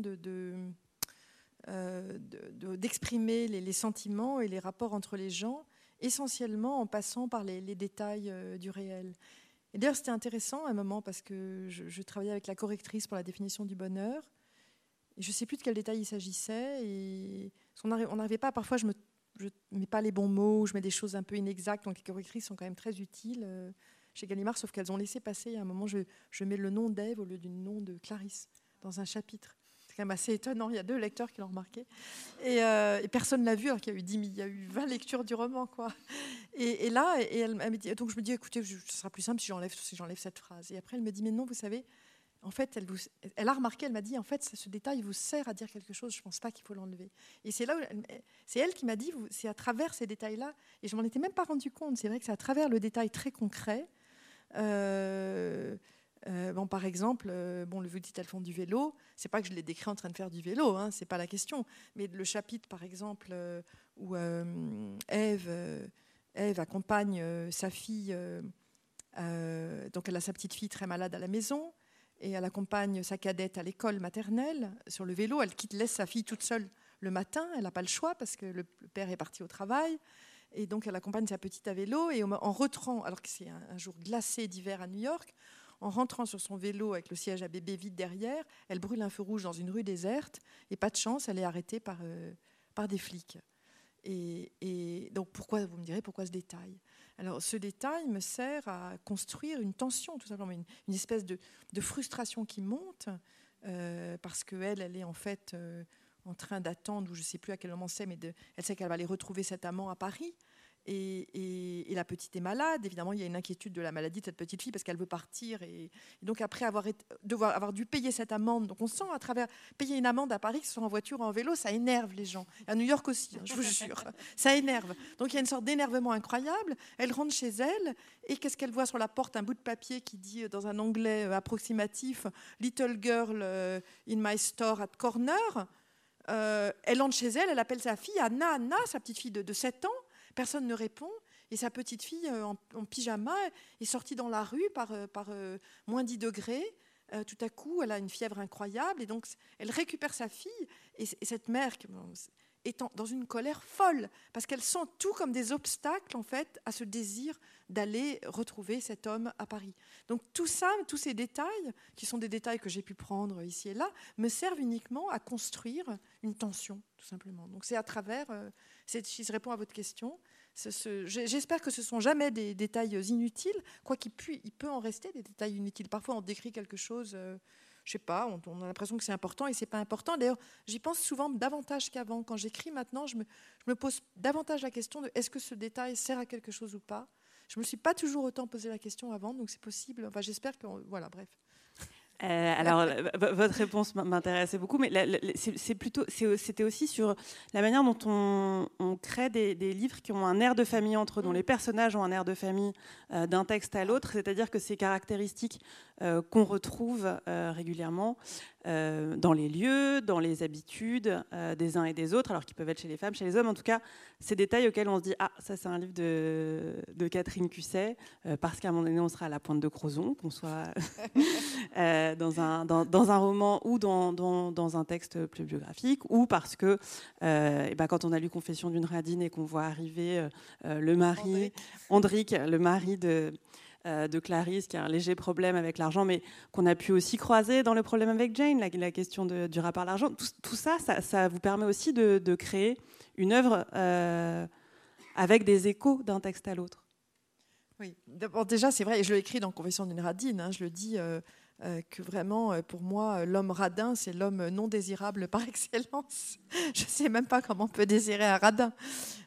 d'exprimer les sentiments et les rapports entre les gens, essentiellement en passant par les détails du réel. Et d'ailleurs, c'était intéressant à un moment parce que je travaillais avec la correctrice pour la définition du bonheur. Et je ne sais plus de quel détail il s'agissait. Et on n'arrivait pas, parfois je ne mets pas les bons mots, je mets des choses un peu inexactes. Donc les correctrices sont quand même très utiles chez Gallimard, sauf qu'elles ont laissé passer. À un moment, je mets le nom d'Ève au lieu du nom de Clarisse dans un chapitre. C'est quand même assez étonnant. Il y a 2 lecteurs qui l'ont remarqué. Et personne ne l'a vu, alors qu'il y a eu 20 lectures du roman, quoi. Et là, elle me dit, donc je me dis, écoutez, ce sera plus simple si j'enlève cette phrase. Et après, elle me dit, mais non, vous savez, en fait, elle a remarqué, elle m'a dit, en fait, ce détail vous sert à dire quelque chose, je ne pense pas qu'il faut l'enlever. Et c'est là où c'est elle qui m'a dit, c'est à travers ces détails-là, et je ne m'en étais même pas rendu compte, c'est vrai que c'est à travers le détail très concret. Par exemple, vous dites elles font du vélo. C'est pas que je les décris en train de faire du vélo, hein, c'est pas la question. Mais le chapitre, par exemple, où Ève accompagne sa fille, donc elle a sa petite fille très malade à la maison, et elle accompagne sa cadette à l'école maternelle sur le vélo. Elle laisse sa fille toute seule le matin. Elle n'a pas le choix parce que le père est parti au travail. Et donc elle accompagne sa petite à vélo. Et en rentrant, alors que c'est un jour glacé d'hiver à New York, en rentrant sur son vélo avec le siège à bébé vide derrière, elle brûle un feu rouge dans une rue déserte. Et pas de chance, elle est arrêtée par des flics. Et donc pourquoi, vous me direz, pourquoi ce détail ? Alors ce détail me sert à construire une tension, tout simplement, une espèce de frustration qui monte, parce qu'elle est en fait en train d'attendre, ou je ne sais plus à quel moment c'est, mais elle sait qu'elle va aller retrouver cet amant à Paris. Et la petite est malade. Évidemment, il y a une inquiétude de la maladie de cette petite fille parce qu'elle veut partir. Et donc, après avoir dû payer cette amende, donc on sent à travers payer une amende à Paris, que ce soit en voiture ou en vélo, ça énerve les gens. À New York aussi, hein, je vous jure. Ça énerve. Donc, il y a une sorte d'énervement incroyable. Elle rentre chez elle et qu'est-ce qu'elle voit sur la porte ? Un bout de papier qui dit, dans un anglais approximatif, « Little girl in my store at corner ». Elle entre chez elle, elle appelle sa fille Anna, sa petite fille de 7 ans. Personne ne répond. Et sa petite fille, en pyjama, est sortie dans la rue par moins 10 degrés. Tout à coup, elle a une fièvre incroyable. Et donc, elle récupère sa fille. Et cette mère est dans une colère folle. Parce qu'elle sent tout comme des obstacles, en fait, à ce désir d'aller retrouver cet homme à Paris. Donc, tout ça, tous ces détails, qui sont des détails que j'ai pu prendre ici et là, me servent uniquement à construire une tension, tout simplement. Donc, c'est à travers... si je réponds à votre question, j'espère que ce ne sont jamais des détails inutiles, quoiqu'il peut en rester des détails inutiles. Parfois, on décrit quelque chose, je ne sais pas, on a l'impression que c'est important et ce n'est pas important. D'ailleurs, j'y pense souvent davantage qu'avant. Quand j'écris maintenant, je me pose davantage la question de est-ce que ce détail sert à quelque chose ou pas. Je ne me suis pas toujours autant posé la question avant, donc c'est possible. Enfin, j'espère que... Voilà, bref. Alors, votre réponse m'intéressait beaucoup, mais c'était aussi sur la manière dont on crée des livres qui ont un air de famille entre eux, dont les personnages ont un air de famille d'un texte à l'autre, c'est-à-dire que ces caractéristiques qu'on retrouve régulièrement dans les lieux, dans les habitudes des uns et des autres, alors qu'ils peuvent être chez les femmes, chez les hommes, en tout cas, ces détails auxquels on se dit « Ah, ça c'est un livre de Catherine Cusset, parce qu'à un moment donné, on sera à la pointe de Crozon, qu'on soit dans un roman ou dans un texte plus biographique, ou parce que quand on a lu Confession d'une radine et qu'on voit arriver le mari, Andric, le mari de Clarisse, qui a un léger problème avec l'argent, mais qu'on a pu aussi croiser dans le problème avec Jane, la question du rapport à l'argent. Tout ça, ça vous permet aussi de créer une œuvre avec des échos d'un texte à l'autre. Oui, d'abord, déjà, c'est vrai, et je l'ai écrit dans Confession d'une radine, hein, je le dis... que vraiment, pour moi, l'homme radin, c'est l'homme non désirable par excellence. Je ne sais même pas comment on peut désirer un radin.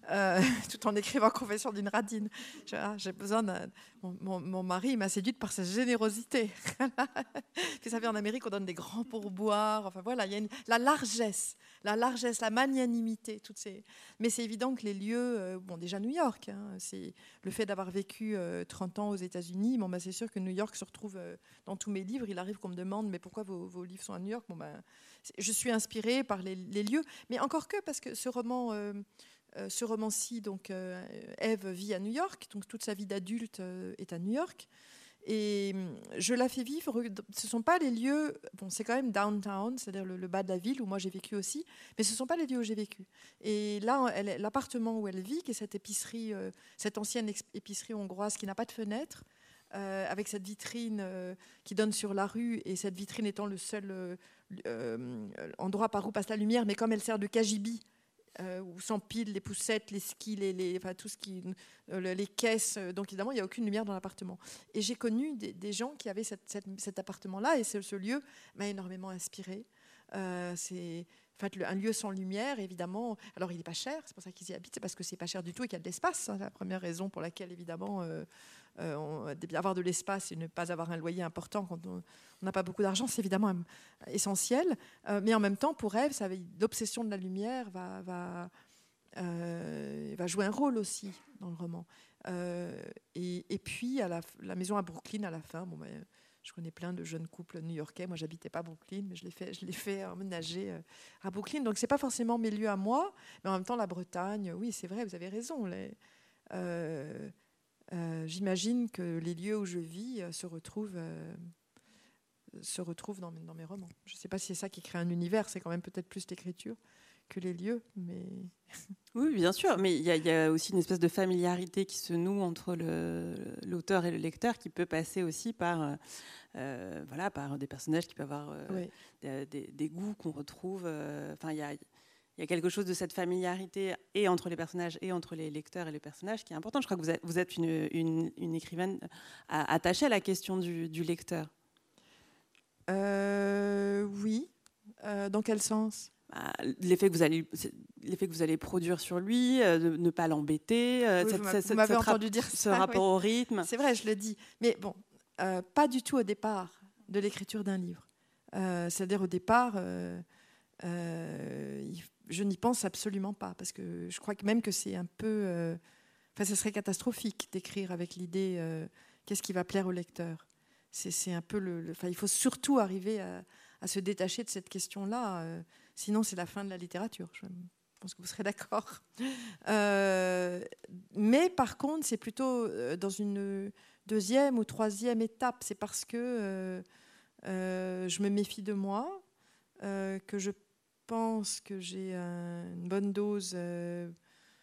tout en écrivant Confession d'une radine. J'ai besoin mon mari m'a séduite par sa générosité. Vous savez, en Amérique, on donne des grands pourboires. Enfin voilà, il y a la largesse, la magnanimité. Mais c'est évident que les lieux, déjà New York, c'est le fait d'avoir vécu 30 ans aux États-Unis. C'est sûr que New York se retrouve dans tous mes livres. Il arrive qu'on me demande, mais pourquoi vos livres sont à New York? Je suis inspirée par les lieux, mais encore que parce que ce roman-ci, donc Ève vit à New York, donc toute sa vie d'adulte est à New York, et je la fais vivre. Ce ne sont pas les lieux, c'est quand même downtown, c'est-à-dire le bas de la ville où moi j'ai vécu aussi, mais ce ne sont pas les lieux où j'ai vécu. Et là, l'appartement où elle vit, qui est cette épicerie, cette ancienne épicerie hongroise qui n'a pas de fenêtre, avec cette vitrine qui donne sur la rue, et cette vitrine étant le seul endroit par où passe la lumière, mais comme elle sert de cagibi, où s'empilent les poussettes, les skis, tout ce les caisses. Donc évidemment, il n'y a aucune lumière dans l'appartement. Et j'ai connu des gens qui avaient cet appartement-là, et ce lieu m'a énormément inspirée. C'est un lieu sans lumière, évidemment. Alors il n'est pas cher, c'est pour ça qu'ils y habitent, c'est parce que c'est pas cher du tout et qu'il y a de l'espace. C'est la première raison pour laquelle, évidemment, avoir de l'espace et ne pas avoir un loyer important quand on n'a pas beaucoup d'argent, c'est évidemment essentiel. Mais en même temps, pour Ève, l'obsession de la lumière va jouer un rôle aussi dans le roman. Et puis, la maison à Brooklyn, à la fin, je connais plein de jeunes couples new-yorkais. Moi, j'habitais pas à Brooklyn, mais je l'ai fait emménager à Brooklyn. Donc, c'est pas forcément mes lieux à moi, mais en même temps, la Bretagne, oui, c'est vrai, vous avez raison. J'imagine que les lieux où je vis se retrouvent dans mes romans. Je ne sais pas si c'est ça qui crée un univers, c'est quand même peut-être plus l'écriture que les lieux. Mais... Oui, bien sûr, mais il y a aussi une espèce de familiarité qui se noue entre l'auteur et le lecteur, qui peut passer aussi par des personnages qui peuvent avoir des goûts qu'on retrouve. Il y a quelque chose de cette familiarité et entre les personnages et entre les lecteurs et les personnages qui est important. Je crois que vous êtes une écrivaine attachée à la question du lecteur. Oui. Dans quel sens ? L'effet que vous allez produire sur lui, de ne pas l'embêter, vous m'avez entendu dire ce rapport au rythme. C'est vrai, je le dis. Mais bon, pas du tout au départ de l'écriture d'un livre. C'est-à-dire au départ, je n'y pense absolument pas, parce que je crois que c'est un peu... ce serait catastrophique d'écrire avec l'idée qu'est-ce qui va plaire au lecteur. C'est un peu il faut surtout arriver à se détacher de cette question-là. Sinon, c'est la fin de la littérature. Je pense que vous serez d'accord. Mais par contre, c'est plutôt dans une deuxième ou troisième étape. C'est parce que je me méfie de moi, que je pense que j'ai une bonne dose de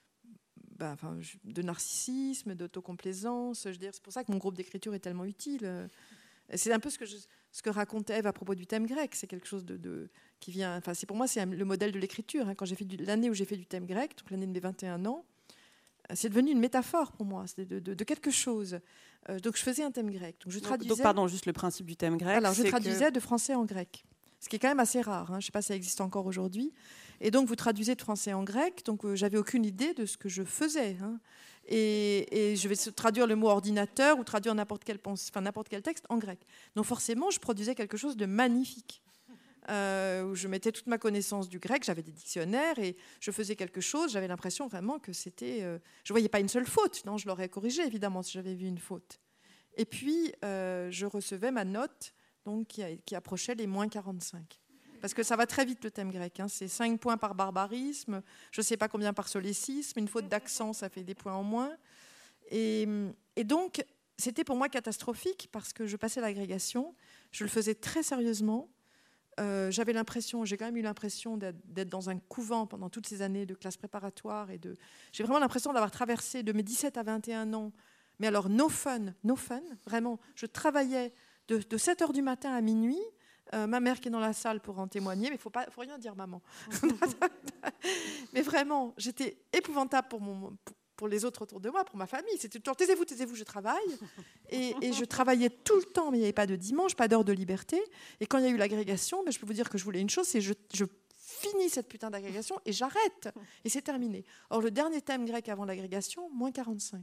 narcissisme, d'autocomplaisance. C'est pour ça que mon groupe d'écriture est tellement utile. C'est un peu ce que raconte Ève à propos du thème grec. C'est quelque chose qui vient... pour moi, c'est le modèle de l'écriture. Quand l'année où j'ai fait du thème grec, donc l'année de mes 21 ans, c'est devenu une métaphore pour moi, c'est de quelque chose. Donc je faisais un thème grec. Donc je traduisais... juste le principe du thème grec. Alors je traduisais de français en grec, ce qui est quand même assez rare. Je ne sais pas si ça existe encore aujourd'hui. Et donc vous traduisez de français en grec. Donc j'avais aucune idée de ce que je faisais. Et je vais traduire le mot ordinateur ou traduire n'importe quel texte en grec. Donc forcément, je produisais quelque chose de magnifique. Où je mettais toute ma connaissance du grec, j'avais des dictionnaires et je faisais quelque chose, j'avais l'impression vraiment que c'était... je ne voyais pas une seule faute, non, je l'aurais corrigé évidemment si j'avais vu une faute. Et puis, je recevais ma note donc, qui approchait les moins 45. Parce que ça va très vite le thème grec, c'est 5 points par barbarisme, je ne sais pas combien par solécisme, une faute d'accent, ça fait des points en moins. Et donc, c'était pour moi catastrophique parce que je passais l'agrégation, je le faisais très sérieusement. J'ai quand même eu l'impression d'être dans un couvent pendant toutes ces années de classe préparatoire. J'ai vraiment l'impression d'avoir traversé de mes 17 à 21 ans, mais alors no fun, vraiment. Je travaillais de 7h du matin à minuit. Ma mère qui est dans la salle pour en témoigner, mais faut rien dire, maman. Mais vraiment, j'étais épouvantable pour les autres autour de moi, pour ma famille. C'était toujours taisez-vous, je travaille. Et je travaillais tout le temps, mais il n'y avait pas de dimanche, pas d'heure de liberté. Et quand il y a eu l'agrégation, je peux vous dire que je voulais une chose, c'est je finis cette putain d'agrégation et j'arrête. Et c'est terminé. Or, le dernier thème grec avant l'agrégation, moins 45.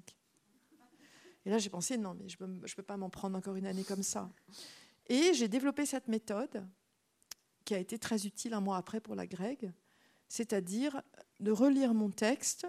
Et là, j'ai pensé, non, mais je ne peux pas m'en prendre encore une année comme ça. Et j'ai développé cette méthode qui a été très utile un mois après pour la grecque, c'est-à-dire de relire mon texte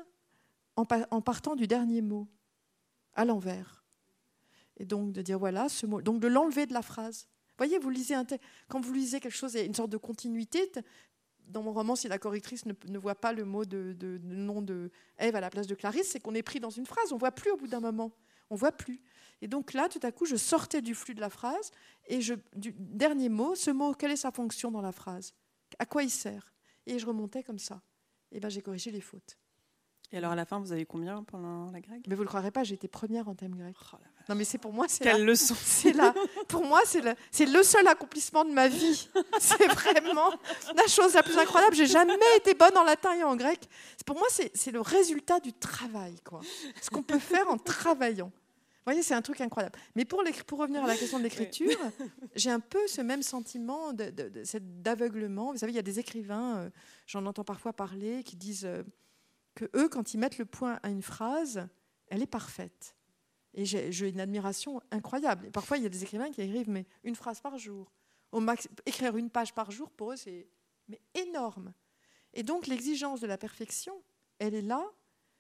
en partant du dernier mot, à l'envers. Et donc de dire, voilà, ce mot, donc de l'enlever de la phrase. Vous voyez, vous lisez quand vous lisez quelque chose, il y a une sorte de continuité. Dans mon roman, si la correctrice ne voit pas le mot de nom de Ève à la place de Clarisse, c'est qu'on est pris dans une phrase, on ne voit plus au bout d'un moment. On ne voit plus. Et donc là, tout à coup, je sortais du flux de la phrase et du dernier mot, ce mot, quelle est sa fonction dans la phrase? À quoi il sert? Et je remontais comme ça. Et ben, j'ai corrigé les fautes. Et alors à la fin, vous avez combien pendant la grecque? Mais vous ne le croirez pas, j'ai été première en thème grec. Oh, non, mais c'est pour moi, c'est quelle leçon! C'est là. Pour moi, c'est le seul accomplissement de ma vie. C'est vraiment la chose la plus incroyable. J'ai jamais été bonne en latin et en grec. Pour moi, c'est le résultat du travail, quoi. Ce qu'on peut faire en travaillant. Vous voyez, c'est un truc incroyable. Mais pour revenir à la question de l'écriture, j'ai un peu ce même sentiment d'aveuglement. Vous savez, il y a des écrivains, j'en entends parfois parler, qui disent que eux, quand ils mettent le point à une phrase, elle est parfaite. Et j'ai une admiration incroyable. Et parfois, il y a des écrivains qui écrivent mais une phrase par jour. Écrire une page par jour, pour eux, c'est énorme. Et donc, l'exigence de la perfection, elle est là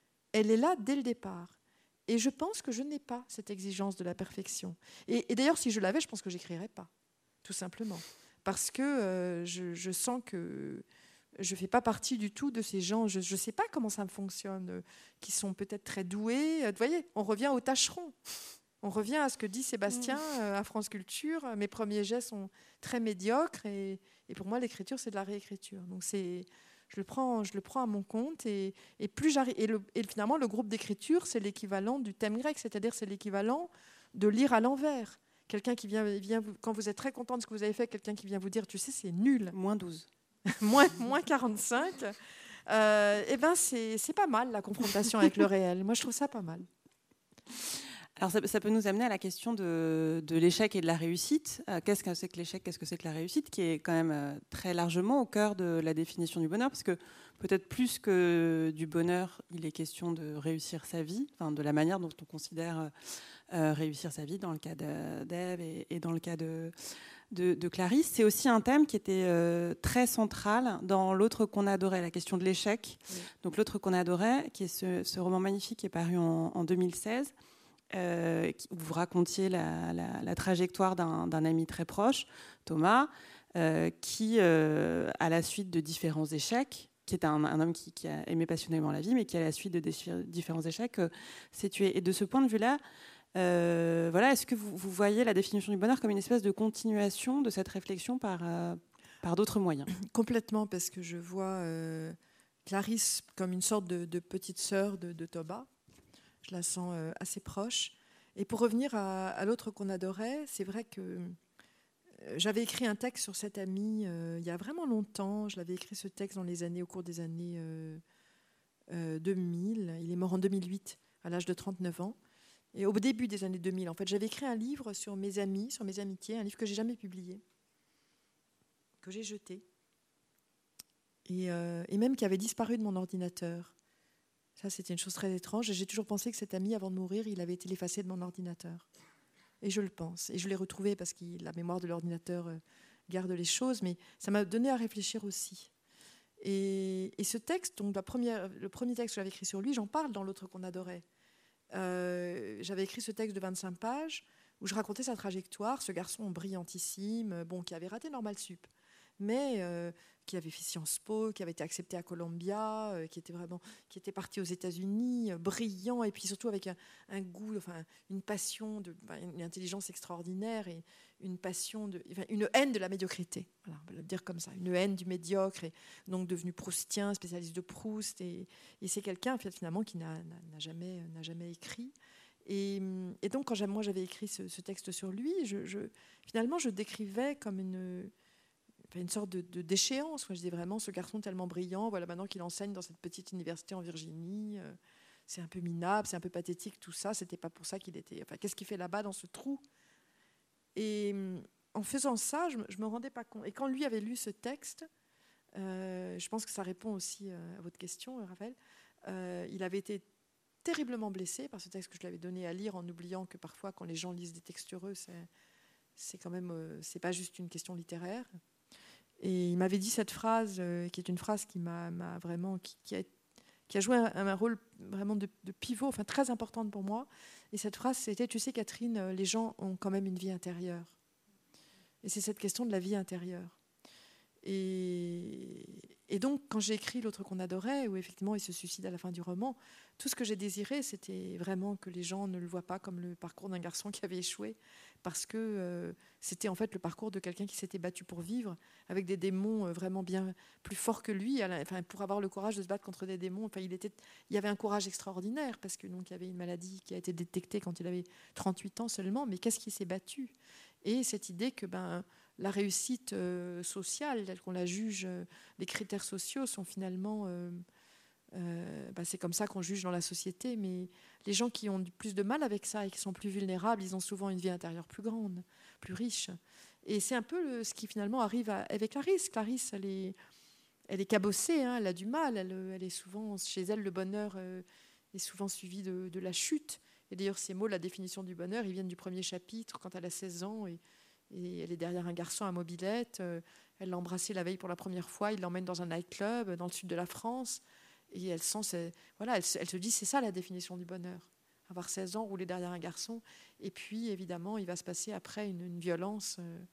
dès le départ. Et je pense que je n'ai pas cette exigence de la perfection. Et d'ailleurs, si je l'avais, je pense que je n'écrirais pas, tout simplement. Parce que je sens que je ne fais pas partie du tout de ces gens, je ne sais pas comment ça fonctionne, qui sont peut-être très doués. Vous voyez, on revient au tâcheron. On revient à ce que dit Sébastien à France Culture. Mes premiers jets sont très médiocres et pour moi, l'écriture, c'est de la réécriture. Donc, je le prends à mon compte et plus j'arrive. Et finalement, le groupe d'écriture, c'est l'équivalent du thème grec, c'est-à-dire c'est l'équivalent de lire à l'envers. Quelqu'un qui vient quand vous êtes très content de ce que vous avez fait, quelqu'un qui vient vous dire, tu sais, c'est nul. Moins 12. moins 45. Eh ben, c'est pas mal, la confrontation avec le réel. Moi, je trouve ça pas mal. Alors ça peut nous amener à la question de l'échec et de la réussite. Qu'est-ce que c'est que l'échec, qu'est-ce que c'est que la réussite, qui est quand même très largement au cœur de la définition du bonheur, parce que peut-être plus que du bonheur, il est question de réussir sa vie, enfin, de la manière dont on considère réussir sa vie dans le cas d'Ève et dans le cas de Clarisse. C'est aussi un thème qui était très central dans L'autre qu'on adorait, la question de l'échec. Oui. Donc L'autre qu'on adorait, qui est ce roman magnifique qui est paru en 2016, où vous racontiez la trajectoire d'un ami très proche, Thomas, qui, à la suite de différents échecs, qui est un homme qui a aimé passionnément la vie, mais qui, à la suite de différents échecs, s'est tué. Et de ce point de vue-là, voilà, est-ce que vous voyez la définition du bonheur comme une espèce de continuation de cette réflexion par d'autres moyens? Complètement, parce que je vois Clarisse comme une sorte de petite sœur de Thomas. Je la sens assez proche. Et pour revenir à L'autre qu'on adorait, c'est vrai que j'avais écrit un texte sur cet ami il y a vraiment longtemps. Je l'avais écrit ce texte au cours des années 2000. Il est mort en 2008, à l'âge de 39 ans. Et au début des années 2000, en fait, j'avais écrit un livre sur mes amis, sur mes amitiés, un livre que j'ai jamais publié, que j'ai jeté, et même qui avait disparu de mon ordinateur. Ça, c'était une chose très étrange. Et j'ai toujours pensé que cet ami, avant de mourir, il avait été effacé de mon ordinateur. Et je le pense. Et je l'ai retrouvé parce que la mémoire de l'ordinateur garde les choses. Mais ça m'a donné à réfléchir aussi. Et ce texte, donc le premier texte que j'avais écrit sur lui, j'en parle dans L'autre qu'on adorait. J'avais écrit ce texte de 25 pages où je racontais sa trajectoire, ce garçon brillantissime, qui avait raté Normal Sup, mais qui avait fait Sciences Po, qui avait été accepté à Columbia, qui était parti aux États-Unis, brillant, et puis surtout avec un goût, une passion, une intelligence extraordinaire et une passion, une haine de la médiocrité. Voilà, on va le dire comme ça, une haine du médiocre, et donc devenu proustien, spécialiste de Proust, et c'est quelqu'un finalement qui n'a jamais écrit. Et donc quand moi j'avais écrit ce texte sur lui, finalement je décrivais comme une sorte de déchéance. Je disais vraiment, ce garçon tellement brillant, voilà, maintenant qu'il enseigne dans cette petite université en Virginie, c'est un peu minable, c'est un peu pathétique, tout ça. C'était pas pour ça qu'il était. Qu'est-ce qu'il fait là-bas dans ce trou? Et en faisant ça, je me rendais pas compte. Et quand lui avait lu ce texte, Je pense que ça répond aussi à votre question, Raphaël. Il avait été terriblement blessé par ce texte que je lui avais donné à lire, en oubliant que parfois, quand les gens lisent des textes heureux, c'est quand même, c'est pas juste une question littéraire. Et il m'avait dit cette phrase, qui est une phrase qui m'a vraiment, qui a joué un rôle vraiment de pivot, enfin très importante pour moi. Et cette phrase, c'était: tu sais, Catherine, les gens ont quand même une vie intérieure. Et c'est cette question de la vie intérieure. Et donc, quand j'ai écrit L'autre qu'on adorait, où effectivement il se suicide à la fin du roman, tout ce que j'ai désiré, c'était vraiment que les gens ne le voient pas comme le parcours d'un garçon qui avait échoué, parce que c'était en fait le parcours de quelqu'un qui s'était battu pour vivre, avec des démons vraiment bien plus forts que lui, enfin, pour avoir le courage de se battre contre des démons. Enfin, il y avait un courage extraordinaire, parce que donc il y avait une maladie qui a été détectée quand il avait 38 ans seulement, mais qu'est-ce qui s'est battu? Et cette idée que la réussite sociale, telle qu'on la juge, les critères sociaux sont finalement... c'est comme ça qu'on juge dans la société, mais les gens qui ont plus de mal avec ça et qui sont plus vulnérables, ils ont souvent une vie intérieure plus grande, plus riche. Et c'est un peu ce qui finalement arrive avec Clarisse. Clarisse, elle est cabossée, hein, elle a du mal, elle est souvent, chez elle, le bonheur est souvent suivi de la chute. Et d'ailleurs, ces mots, la définition du bonheur, ils viennent du premier chapitre, quand elle a 16 ans, et elle est derrière un garçon à mobilette. Elle l'a embrassé la veille pour la première fois, il l'emmène dans un nightclub dans le sud de la France. Et elle sent, elle se dit, c'est ça la définition du bonheur. Avoir 16 ans, rouler derrière un garçon. Et puis, évidemment, il va se passer après une violence,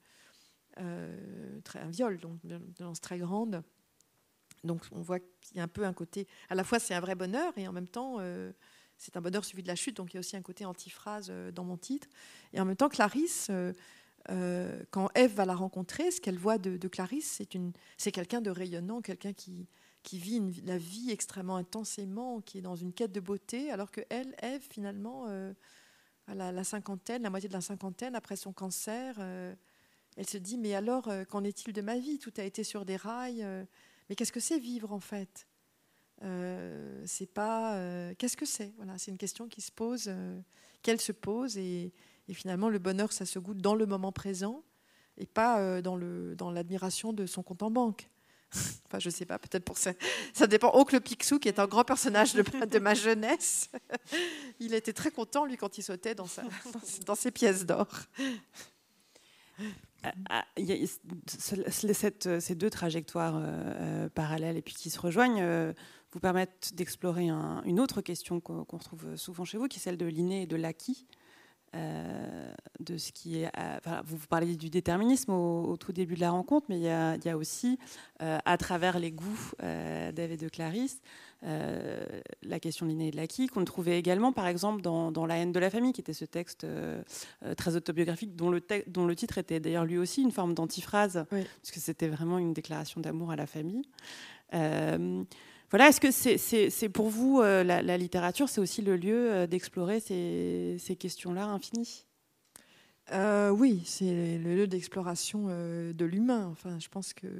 un viol, donc une violence très grande. Donc, on voit qu'il y a un peu un côté... À la fois, c'est un vrai bonheur, et en même temps, c'est un bonheur suivi de la chute. Donc, il y a aussi un côté antiphrase dans mon titre. Et en même temps, Clarisse... quand Ève va la rencontrer, ce qu'elle voit de Clarisse, c'est quelqu'un de rayonnant, quelqu'un qui vit la vie extrêmement intensément, qui est dans une quête de beauté, alors que Ève, finalement, à la cinquantaine, la moitié de la cinquantaine, après son cancer, elle se dit, mais alors, qu'en est-il de ma vie? Tout a été sur des rails. Mais qu'est-ce que c'est vivre, en fait? C'est pas... qu'est-ce que c'est? Voilà, c'est une question qui se pose, qu'elle se pose, et finalement, le bonheur, ça se goûte dans le moment présent et pas dans l'admiration de son compte en banque. Enfin, je ne sais pas, peut-être pour ça. Ça dépend. Oncle Picsou, qui est un grand personnage de ma jeunesse, il était très content, lui, quand il sautait dans ses pièces d'or. Ces deux trajectoires parallèles et puis qui se rejoignent vous permettent d'explorer une autre question qu'on retrouve souvent chez vous, qui est celle de l'inné et de l'acquis. De ce qui est, vous parliez du déterminisme au tout début de la rencontre, mais il y a aussi, à travers les goûts d'Ève et de Clarisse, la question de l'inné et de l'acquis, qu'on trouvait également, par exemple, dans La haine de la famille, qui était ce texte très autobiographique, dont le titre était d'ailleurs lui aussi une forme d'antiphrase, oui, puisque c'était vraiment une déclaration d'amour à la famille. Voilà, est-ce que c'est pour vous, la littérature, c'est aussi le lieu d'explorer ces questions-là infinies? Oui, c'est le lieu d'exploration de l'humain. Enfin, je pense que...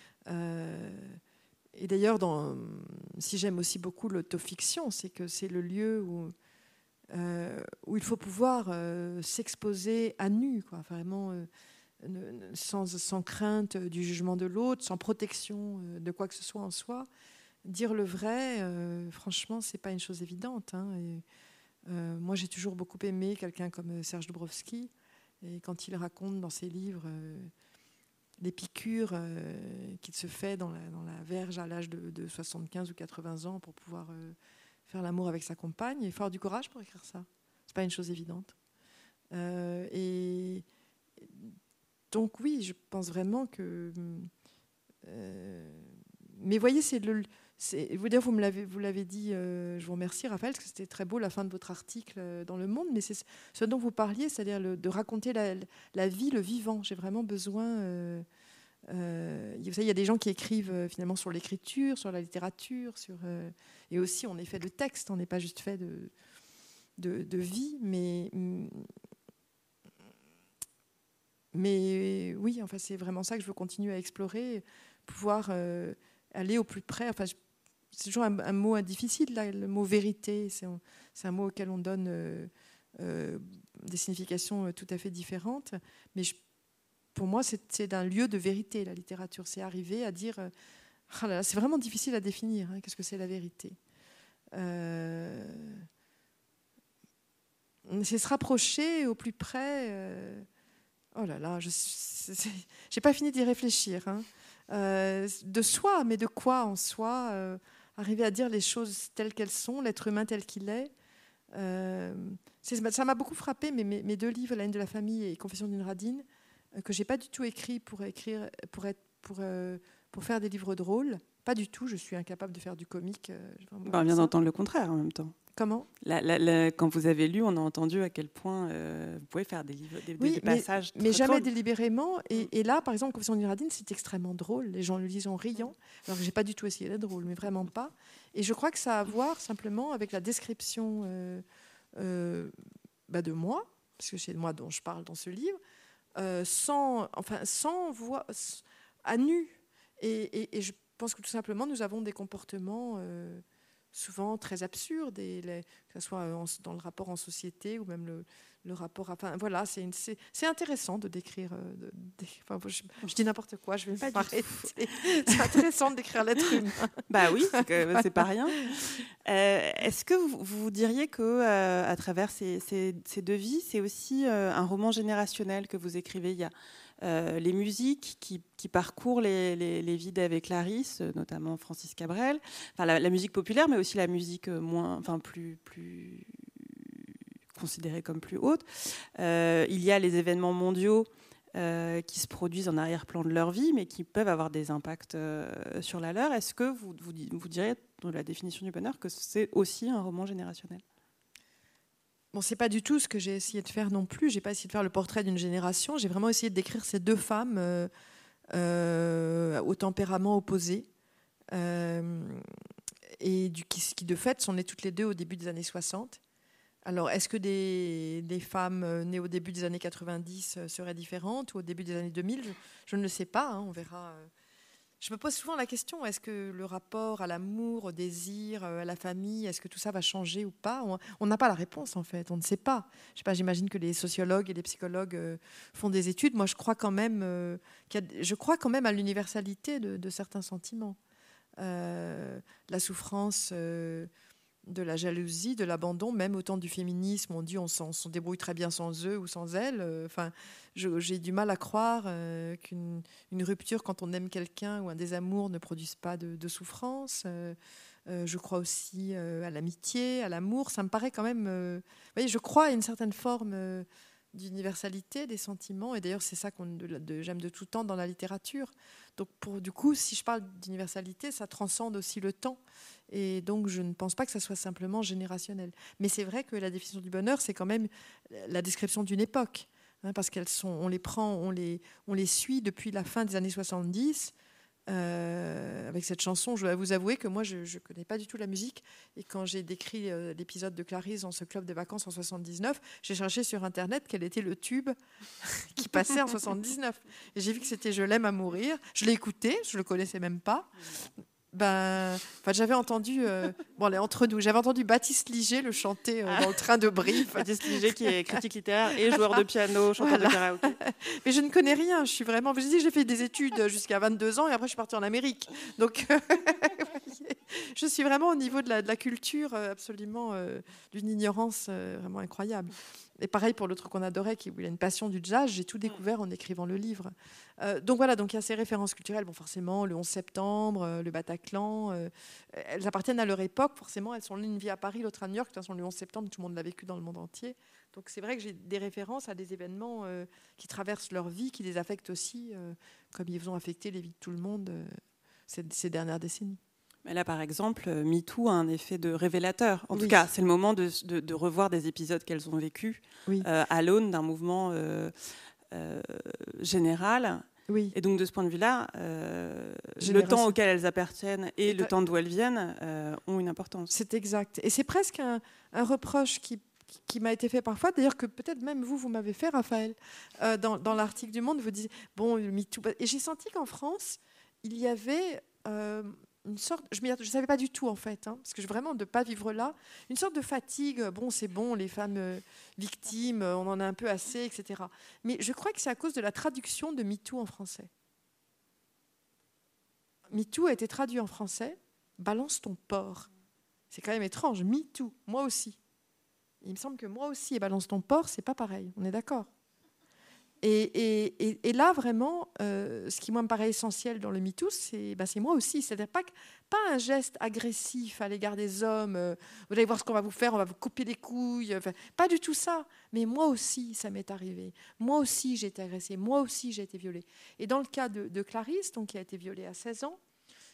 et d'ailleurs, si j'aime aussi beaucoup l'autofiction, c'est que c'est le lieu où il faut pouvoir s'exposer à nu, quoi, vraiment sans crainte du jugement de l'autre, sans protection de quoi que ce soit en soi. Dire le vrai, franchement, c'est pas une chose évidente. Hein. Moi, j'ai toujours beaucoup aimé quelqu'un comme Serge Dubrovsky. Et quand il raconte dans ses livres les piqûres qu'il se fait dans la verge à l'âge de 75 ou 80 ans pour pouvoir faire l'amour avec sa compagne, il faut avoir du courage pour écrire ça. C'est pas une chose évidente. Et donc oui, je pense vraiment que... mais voyez, vous me l'avez dit, je vous remercie Raphaël, parce que c'était très beau la fin de votre article dans Le Monde, mais c'est ce dont vous parliez, c'est-à-dire de raconter la vie, le vivant. J'ai vraiment besoin... il y a des gens qui écrivent finalement sur l'écriture, sur la littérature, et aussi on est fait de texte, on n'est pas juste fait de vie, mais oui, enfin, c'est vraiment ça que je veux continuer à explorer, pouvoir aller au plus près. Enfin, c'est toujours un mot difficile, là, le mot vérité. C'est un mot auquel on donne des significations tout à fait différentes. Mais pour moi, c'est un lieu de vérité, la littérature. C'est arriver à dire Oh là là, c'est vraiment difficile à définir. Hein, qu'est-ce que c'est la vérité? C'est se rapprocher au plus près. Oh là là, j'ai pas fini d'y réfléchir. Hein. De soi, mais de quoi en soi? Arriver à dire les choses telles qu'elles sont, l'être humain tel qu'il est. Ça m'a beaucoup frappé, mais mes 2 livres, La haine de la famille et Confession d'une radine, que j'ai pas du tout écrit pour faire des livres drôles. Pas du tout, je suis incapable de faire du comique. On vient d'entendre le contraire en même temps. Comment ? Quand vous avez lu, on a entendu à quel point vous pouvez faire des livres, des passages mais jamais drôles. Délibérément. Et là, par exemple, Confession d'une radine, c'est extrêmement drôle. Les gens le lisent en riant. Alors que j'ai pas du tout essayé d'être drôle, mais vraiment pas. Et je crois que ça a à voir simplement avec la description de moi, parce que c'est de moi dont je parle dans ce livre, sans voix, à nu. Et je pense que tout simplement, nous avons des comportements souvent très absurdes, que ce soit dans le rapport en société ou même le rapport... Enfin, voilà, c'est intéressant de décrire... je dis n'importe quoi, je vais m'arrêter. C'est intéressant de décrire l'être humain. Bah oui, c'est pas rien. Est-ce que vous diriez que à travers ces 2 vies, c'est aussi un roman générationnel que vous écrivez? Il y a les musiques qui parcourent les vies d'Ève et Clarisse, notamment Francis Cabrel, enfin, la musique populaire, mais aussi la musique plus considérée comme plus haute. Il y a les événements mondiaux qui se produisent en arrière-plan de leur vie, mais qui peuvent avoir des impacts sur la leur. Est-ce que vous diriez, dans la définition du bonheur, que c'est aussi un roman générationnel? Bon, c'est pas du tout ce que j'ai essayé de faire non plus. J'ai pas essayé de faire le portrait d'une génération. J'ai vraiment essayé de décrire ces 2 femmes au tempérament opposé et qui de fait sont nées toutes les 2 au début des années 60. Alors, est-ce que des femmes nées au début des années 90 seraient différentes ou au début des années 2000 je ne le sais pas. Hein, on verra. Je me pose souvent la question, est-ce que le rapport à l'amour, au désir, à la famille, est-ce que tout ça va changer ou pas? On n'a pas la réponse, en fait. On ne sait pas. Je sais pas, j'imagine que les sociologues et les psychologues font des études. Moi, je crois quand même à l'universalité de certains sentiments. La souffrance de la jalousie, de l'abandon, même au temps du féminisme, on dit on s'en débrouille très bien sans eux ou sans elles. J'ai du mal à croire qu'une rupture quand on aime quelqu'un ou un désamour ne produise pas de souffrance. Je crois aussi à l'amitié, à l'amour. Ça me paraît quand même... vous voyez, je crois à une certaine forme d'universalité des sentiments. Et d'ailleurs, c'est ça j'aime de tout temps dans la littérature. Donc, du coup, si je parle d'universalité, ça transcende aussi le temps. Et donc, je ne pense pas que ça soit simplement générationnel. Mais c'est vrai que la définition du bonheur, c'est quand même la description d'une époque. Hein, parce on les suit depuis la fin des années 70. Avec cette chanson, je dois vous avouer que moi, je ne connais pas du tout la musique. Et quand j'ai décrit l'épisode de Clarisse dans ce club de vacances en 79, j'ai cherché sur Internet quel était le tube qui passait en 79. Et j'ai vu que c'était Je l'aime à mourir. Je l'ai écouté, je ne le connaissais même pas. J'avais entendu, entre nous, j'avais entendu Baptiste Liger le chanter dans le train de Brie. Baptiste Liger qui est critique littéraire et joueur de piano, chanteur de karaoké. Mais je ne connais rien, je dis j'ai fait des études jusqu'à 22 ans et après je suis partie en Amérique. Donc je suis vraiment au niveau de la culture absolument d'une ignorance vraiment incroyable. Et pareil pour l'autre qu'on adorait, où il a une passion du jazz, j'ai tout découvert en écrivant le livre. Donc voilà, donc il y a ces références culturelles. Bon, forcément, le 11 septembre, le Bataclan, elles appartiennent à leur époque. Forcément, elles sont l'une vit à Paris, l'autre à New York. De toute façon, le 11 septembre, tout le monde l'a vécu dans le monde entier. Donc c'est vrai que j'ai des références à des événements qui traversent leur vie, qui les affectent aussi, comme ils ont affecté les vies de tout le monde ces dernières décennies. Mais là, par exemple, MeToo a un effet de révélateur. En tout cas, c'est le moment de revoir des épisodes qu'elles ont vécus à l'aune d'un mouvement général. Oui. Et donc, de ce point de vue-là, le temps auquel elles appartiennent et le temps d'où elles viennent ont une importance. C'est exact. Et c'est presque un reproche qui m'a été fait parfois, d'ailleurs que peut-être même vous m'avez fait, Raphaël, dans l'article du Monde, vous disiez, bon, le MeToo... Et j'ai senti qu'en France, il y avait... une sorte, je ne savais pas du tout en fait, parce que vraiment de ne pas vivre là, une sorte de fatigue, bon c'est bon, les femmes victimes, on en a un peu assez, etc. Mais je crois que c'est à cause de la traduction de MeToo en français. MeToo a été traduit en français, balance ton porc. C'est quand même étrange, MeToo, moi aussi. Il me semble que moi aussi et balance ton porc, c'est pas pareil, on est d'accord. Et là, vraiment, ce qui moi me paraît essentiel dans le MeToo, c'est moi aussi. C'est-à-dire pas un geste agressif à l'égard des hommes. Vous allez voir ce qu'on va vous faire, on va vous couper les couilles. Enfin, pas du tout ça. Mais moi aussi, ça m'est arrivé. Moi aussi, j'ai été agressée. Moi aussi, j'ai été violée. Et dans le cas de Clarisse, donc, qui a été violée à 16 ans,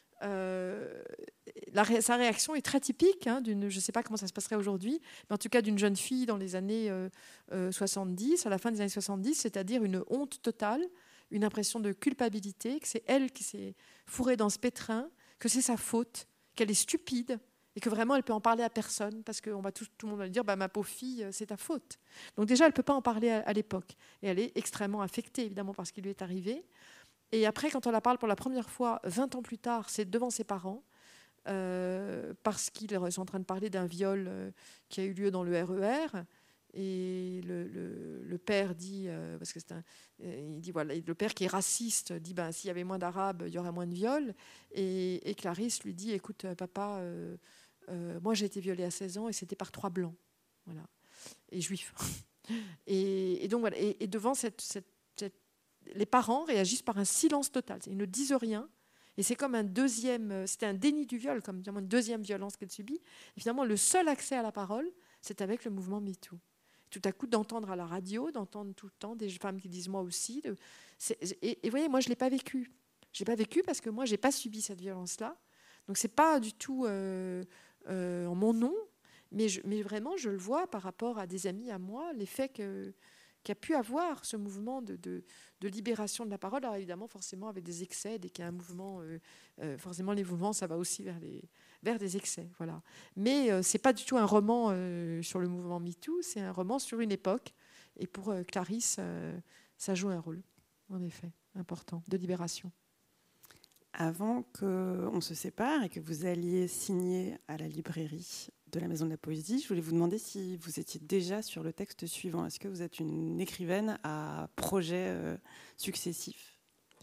sa réaction est très typique je ne sais pas comment ça se passerait aujourd'hui, mais en tout cas d'une jeune fille dans les années 70, à la fin des années 70, c'est-à-dire une honte totale, une impression de culpabilité, que c'est elle qui s'est fourrée dans ce pétrin, que c'est sa faute, qu'elle est stupide et que vraiment elle peut en parler à personne parce que tout le monde va lui dire ma pauvre fille, c'est ta faute. Donc déjà elle ne peut pas en parler à l'époque et elle est extrêmement affectée évidemment par ce qui lui est arrivé. Et après, quand on la parle pour la première fois, 20 ans plus tard, c'est devant ses parents, parce qu'ils sont en train de parler d'un viol qui a eu lieu dans le RER. Et le père dit, parce que il dit voilà, le père qui est raciste dit s'il y avait moins d'Arabes, il y aurait moins de viols. Et Clarisse lui dit écoute, papa, moi j'ai été violée à 16 ans et c'était par 3 blancs, voilà, et juifs. Et donc voilà, et devant les parents réagissent par un silence total. Ils ne disent rien. Et c'est comme c'était un déni du viol, comme une deuxième violence qu'elle subit. Et finalement, le seul accès à la parole, c'est avec le mouvement MeToo. Tout à coup, d'entendre à la radio, d'entendre tout le temps des femmes qui disent moi aussi. Et vous voyez, moi, je ne l'ai pas vécu. Je ne l'ai pas vécu parce que moi, je n'ai pas subi cette violence-là. Donc, ce n'est pas du tout en mon nom. Mais vraiment, je le vois par rapport à des amis à moi, l'effet qu'a pu avoir ce mouvement de libération de la parole. Alors évidemment, forcément, avec des excès, dès qu'il y a un mouvement, forcément, les mouvements, ça va aussi vers des excès. Voilà. Mais ce n'est pas du tout un roman sur le mouvement MeToo, c'est un roman sur une époque. Et pour Clarisse, ça joue un rôle, en effet, important, de libération. Avant qu'on se sépare et que vous alliez signer à la librairie de la Maison de la Poésie, je voulais vous demander si vous étiez déjà sur le texte suivant. Est-ce que vous êtes une écrivaine à projets successifs ?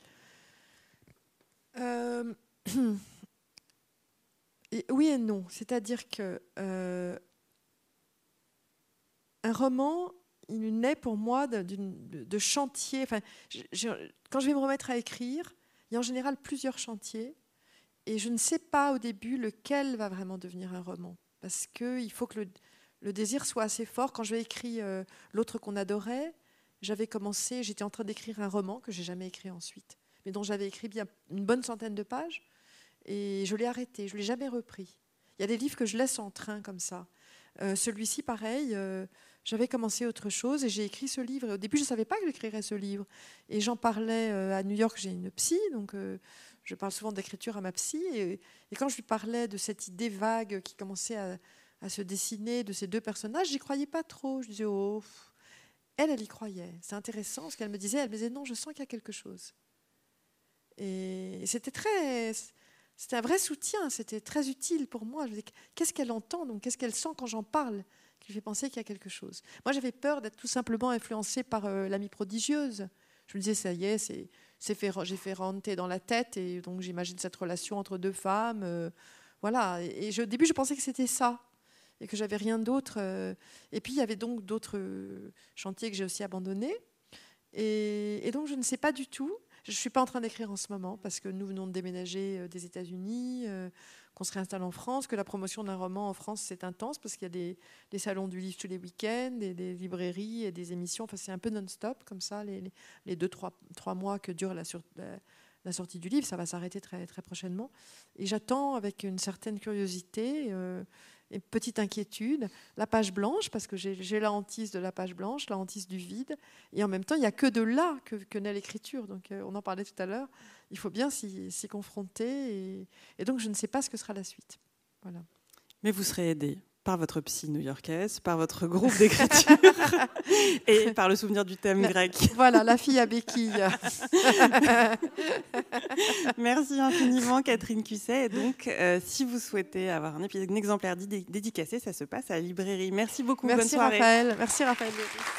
Oui et non. C'est-à-dire que un roman, il naît pour moi de chantiers. Enfin, quand je vais me remettre à écrire, il y a en général plusieurs chantiers et je ne sais pas au début lequel va vraiment devenir un roman. Parce qu'il faut que le désir soit assez fort. Quand j'ai écrit L'autre qu'on adorait, j'étais en train d'écrire un roman que je n'ai jamais écrit ensuite, mais dont j'avais écrit bien une bonne centaine de pages et je l'ai arrêté, je ne l'ai jamais repris. Il y a des livres que je laisse en train comme ça. Celui-ci, pareil, j'avais commencé autre chose et j'ai écrit ce livre. Et au début, je ne savais pas que j'écrirais ce livre. Et j'en parlais à New York, j'ai une psy, donc je parle souvent d'écriture à ma psy. Et quand je lui parlais de cette idée vague qui commençait à se dessiner de ces deux personnages, j'y croyais pas trop. Je disais, elle y croyait. C'est intéressant ce qu'elle me disait. Elle me disait, non, je sens qu'il y a quelque chose. Et c'était un vrai soutien, c'était très utile pour moi. Je me disais, qu'est-ce qu'elle entend, donc qu'est-ce qu'elle sent quand j'en parle, qui fait penser qu'il y a quelque chose. Moi, j'avais peur d'être tout simplement influencée par l'amie prodigieuse. Je me disais, ça y est, j'ai fait rentrer dans la tête, et donc j'imagine cette relation entre deux femmes. Voilà. Et au début, je pensais que c'était ça, et que j'avais rien d'autre. Et puis, il y avait donc d'autres chantiers que j'ai aussi abandonnés. Et donc, je ne sais pas du tout. Je ne suis pas en train d'écrire en ce moment parce que nous venons de déménager des États-Unis, qu'on se réinstalle en France, que la promotion d'un roman en France, c'est intense parce qu'il y a des salons du livre tous les week-ends, et des librairies et des émissions. Enfin, c'est un peu non-stop comme ça, les 2-3 mois que dure la sortie du livre. Ça va s'arrêter très, très prochainement. Et j'attends avec une certaine curiosité et petite inquiétude la page blanche, parce que j'ai la hantise de la page blanche, la hantise du vide, et en même temps il n'y a que de là que naît l'écriture, donc on en parlait tout à l'heure, il faut bien s'y confronter, et donc je ne sais pas ce que sera la suite. Voilà. Mais vous serez aidé par votre psy new-yorkaise, par votre groupe d'écriture et par le souvenir du thème grec. Voilà, la fille à béquille. Merci infiniment, Catherine Cusset. Et donc, si vous souhaitez avoir un exemplaire dédicacé, ça se passe à la librairie. Merci beaucoup. Merci, bonne soirée. Raphaël. Merci Raphaël.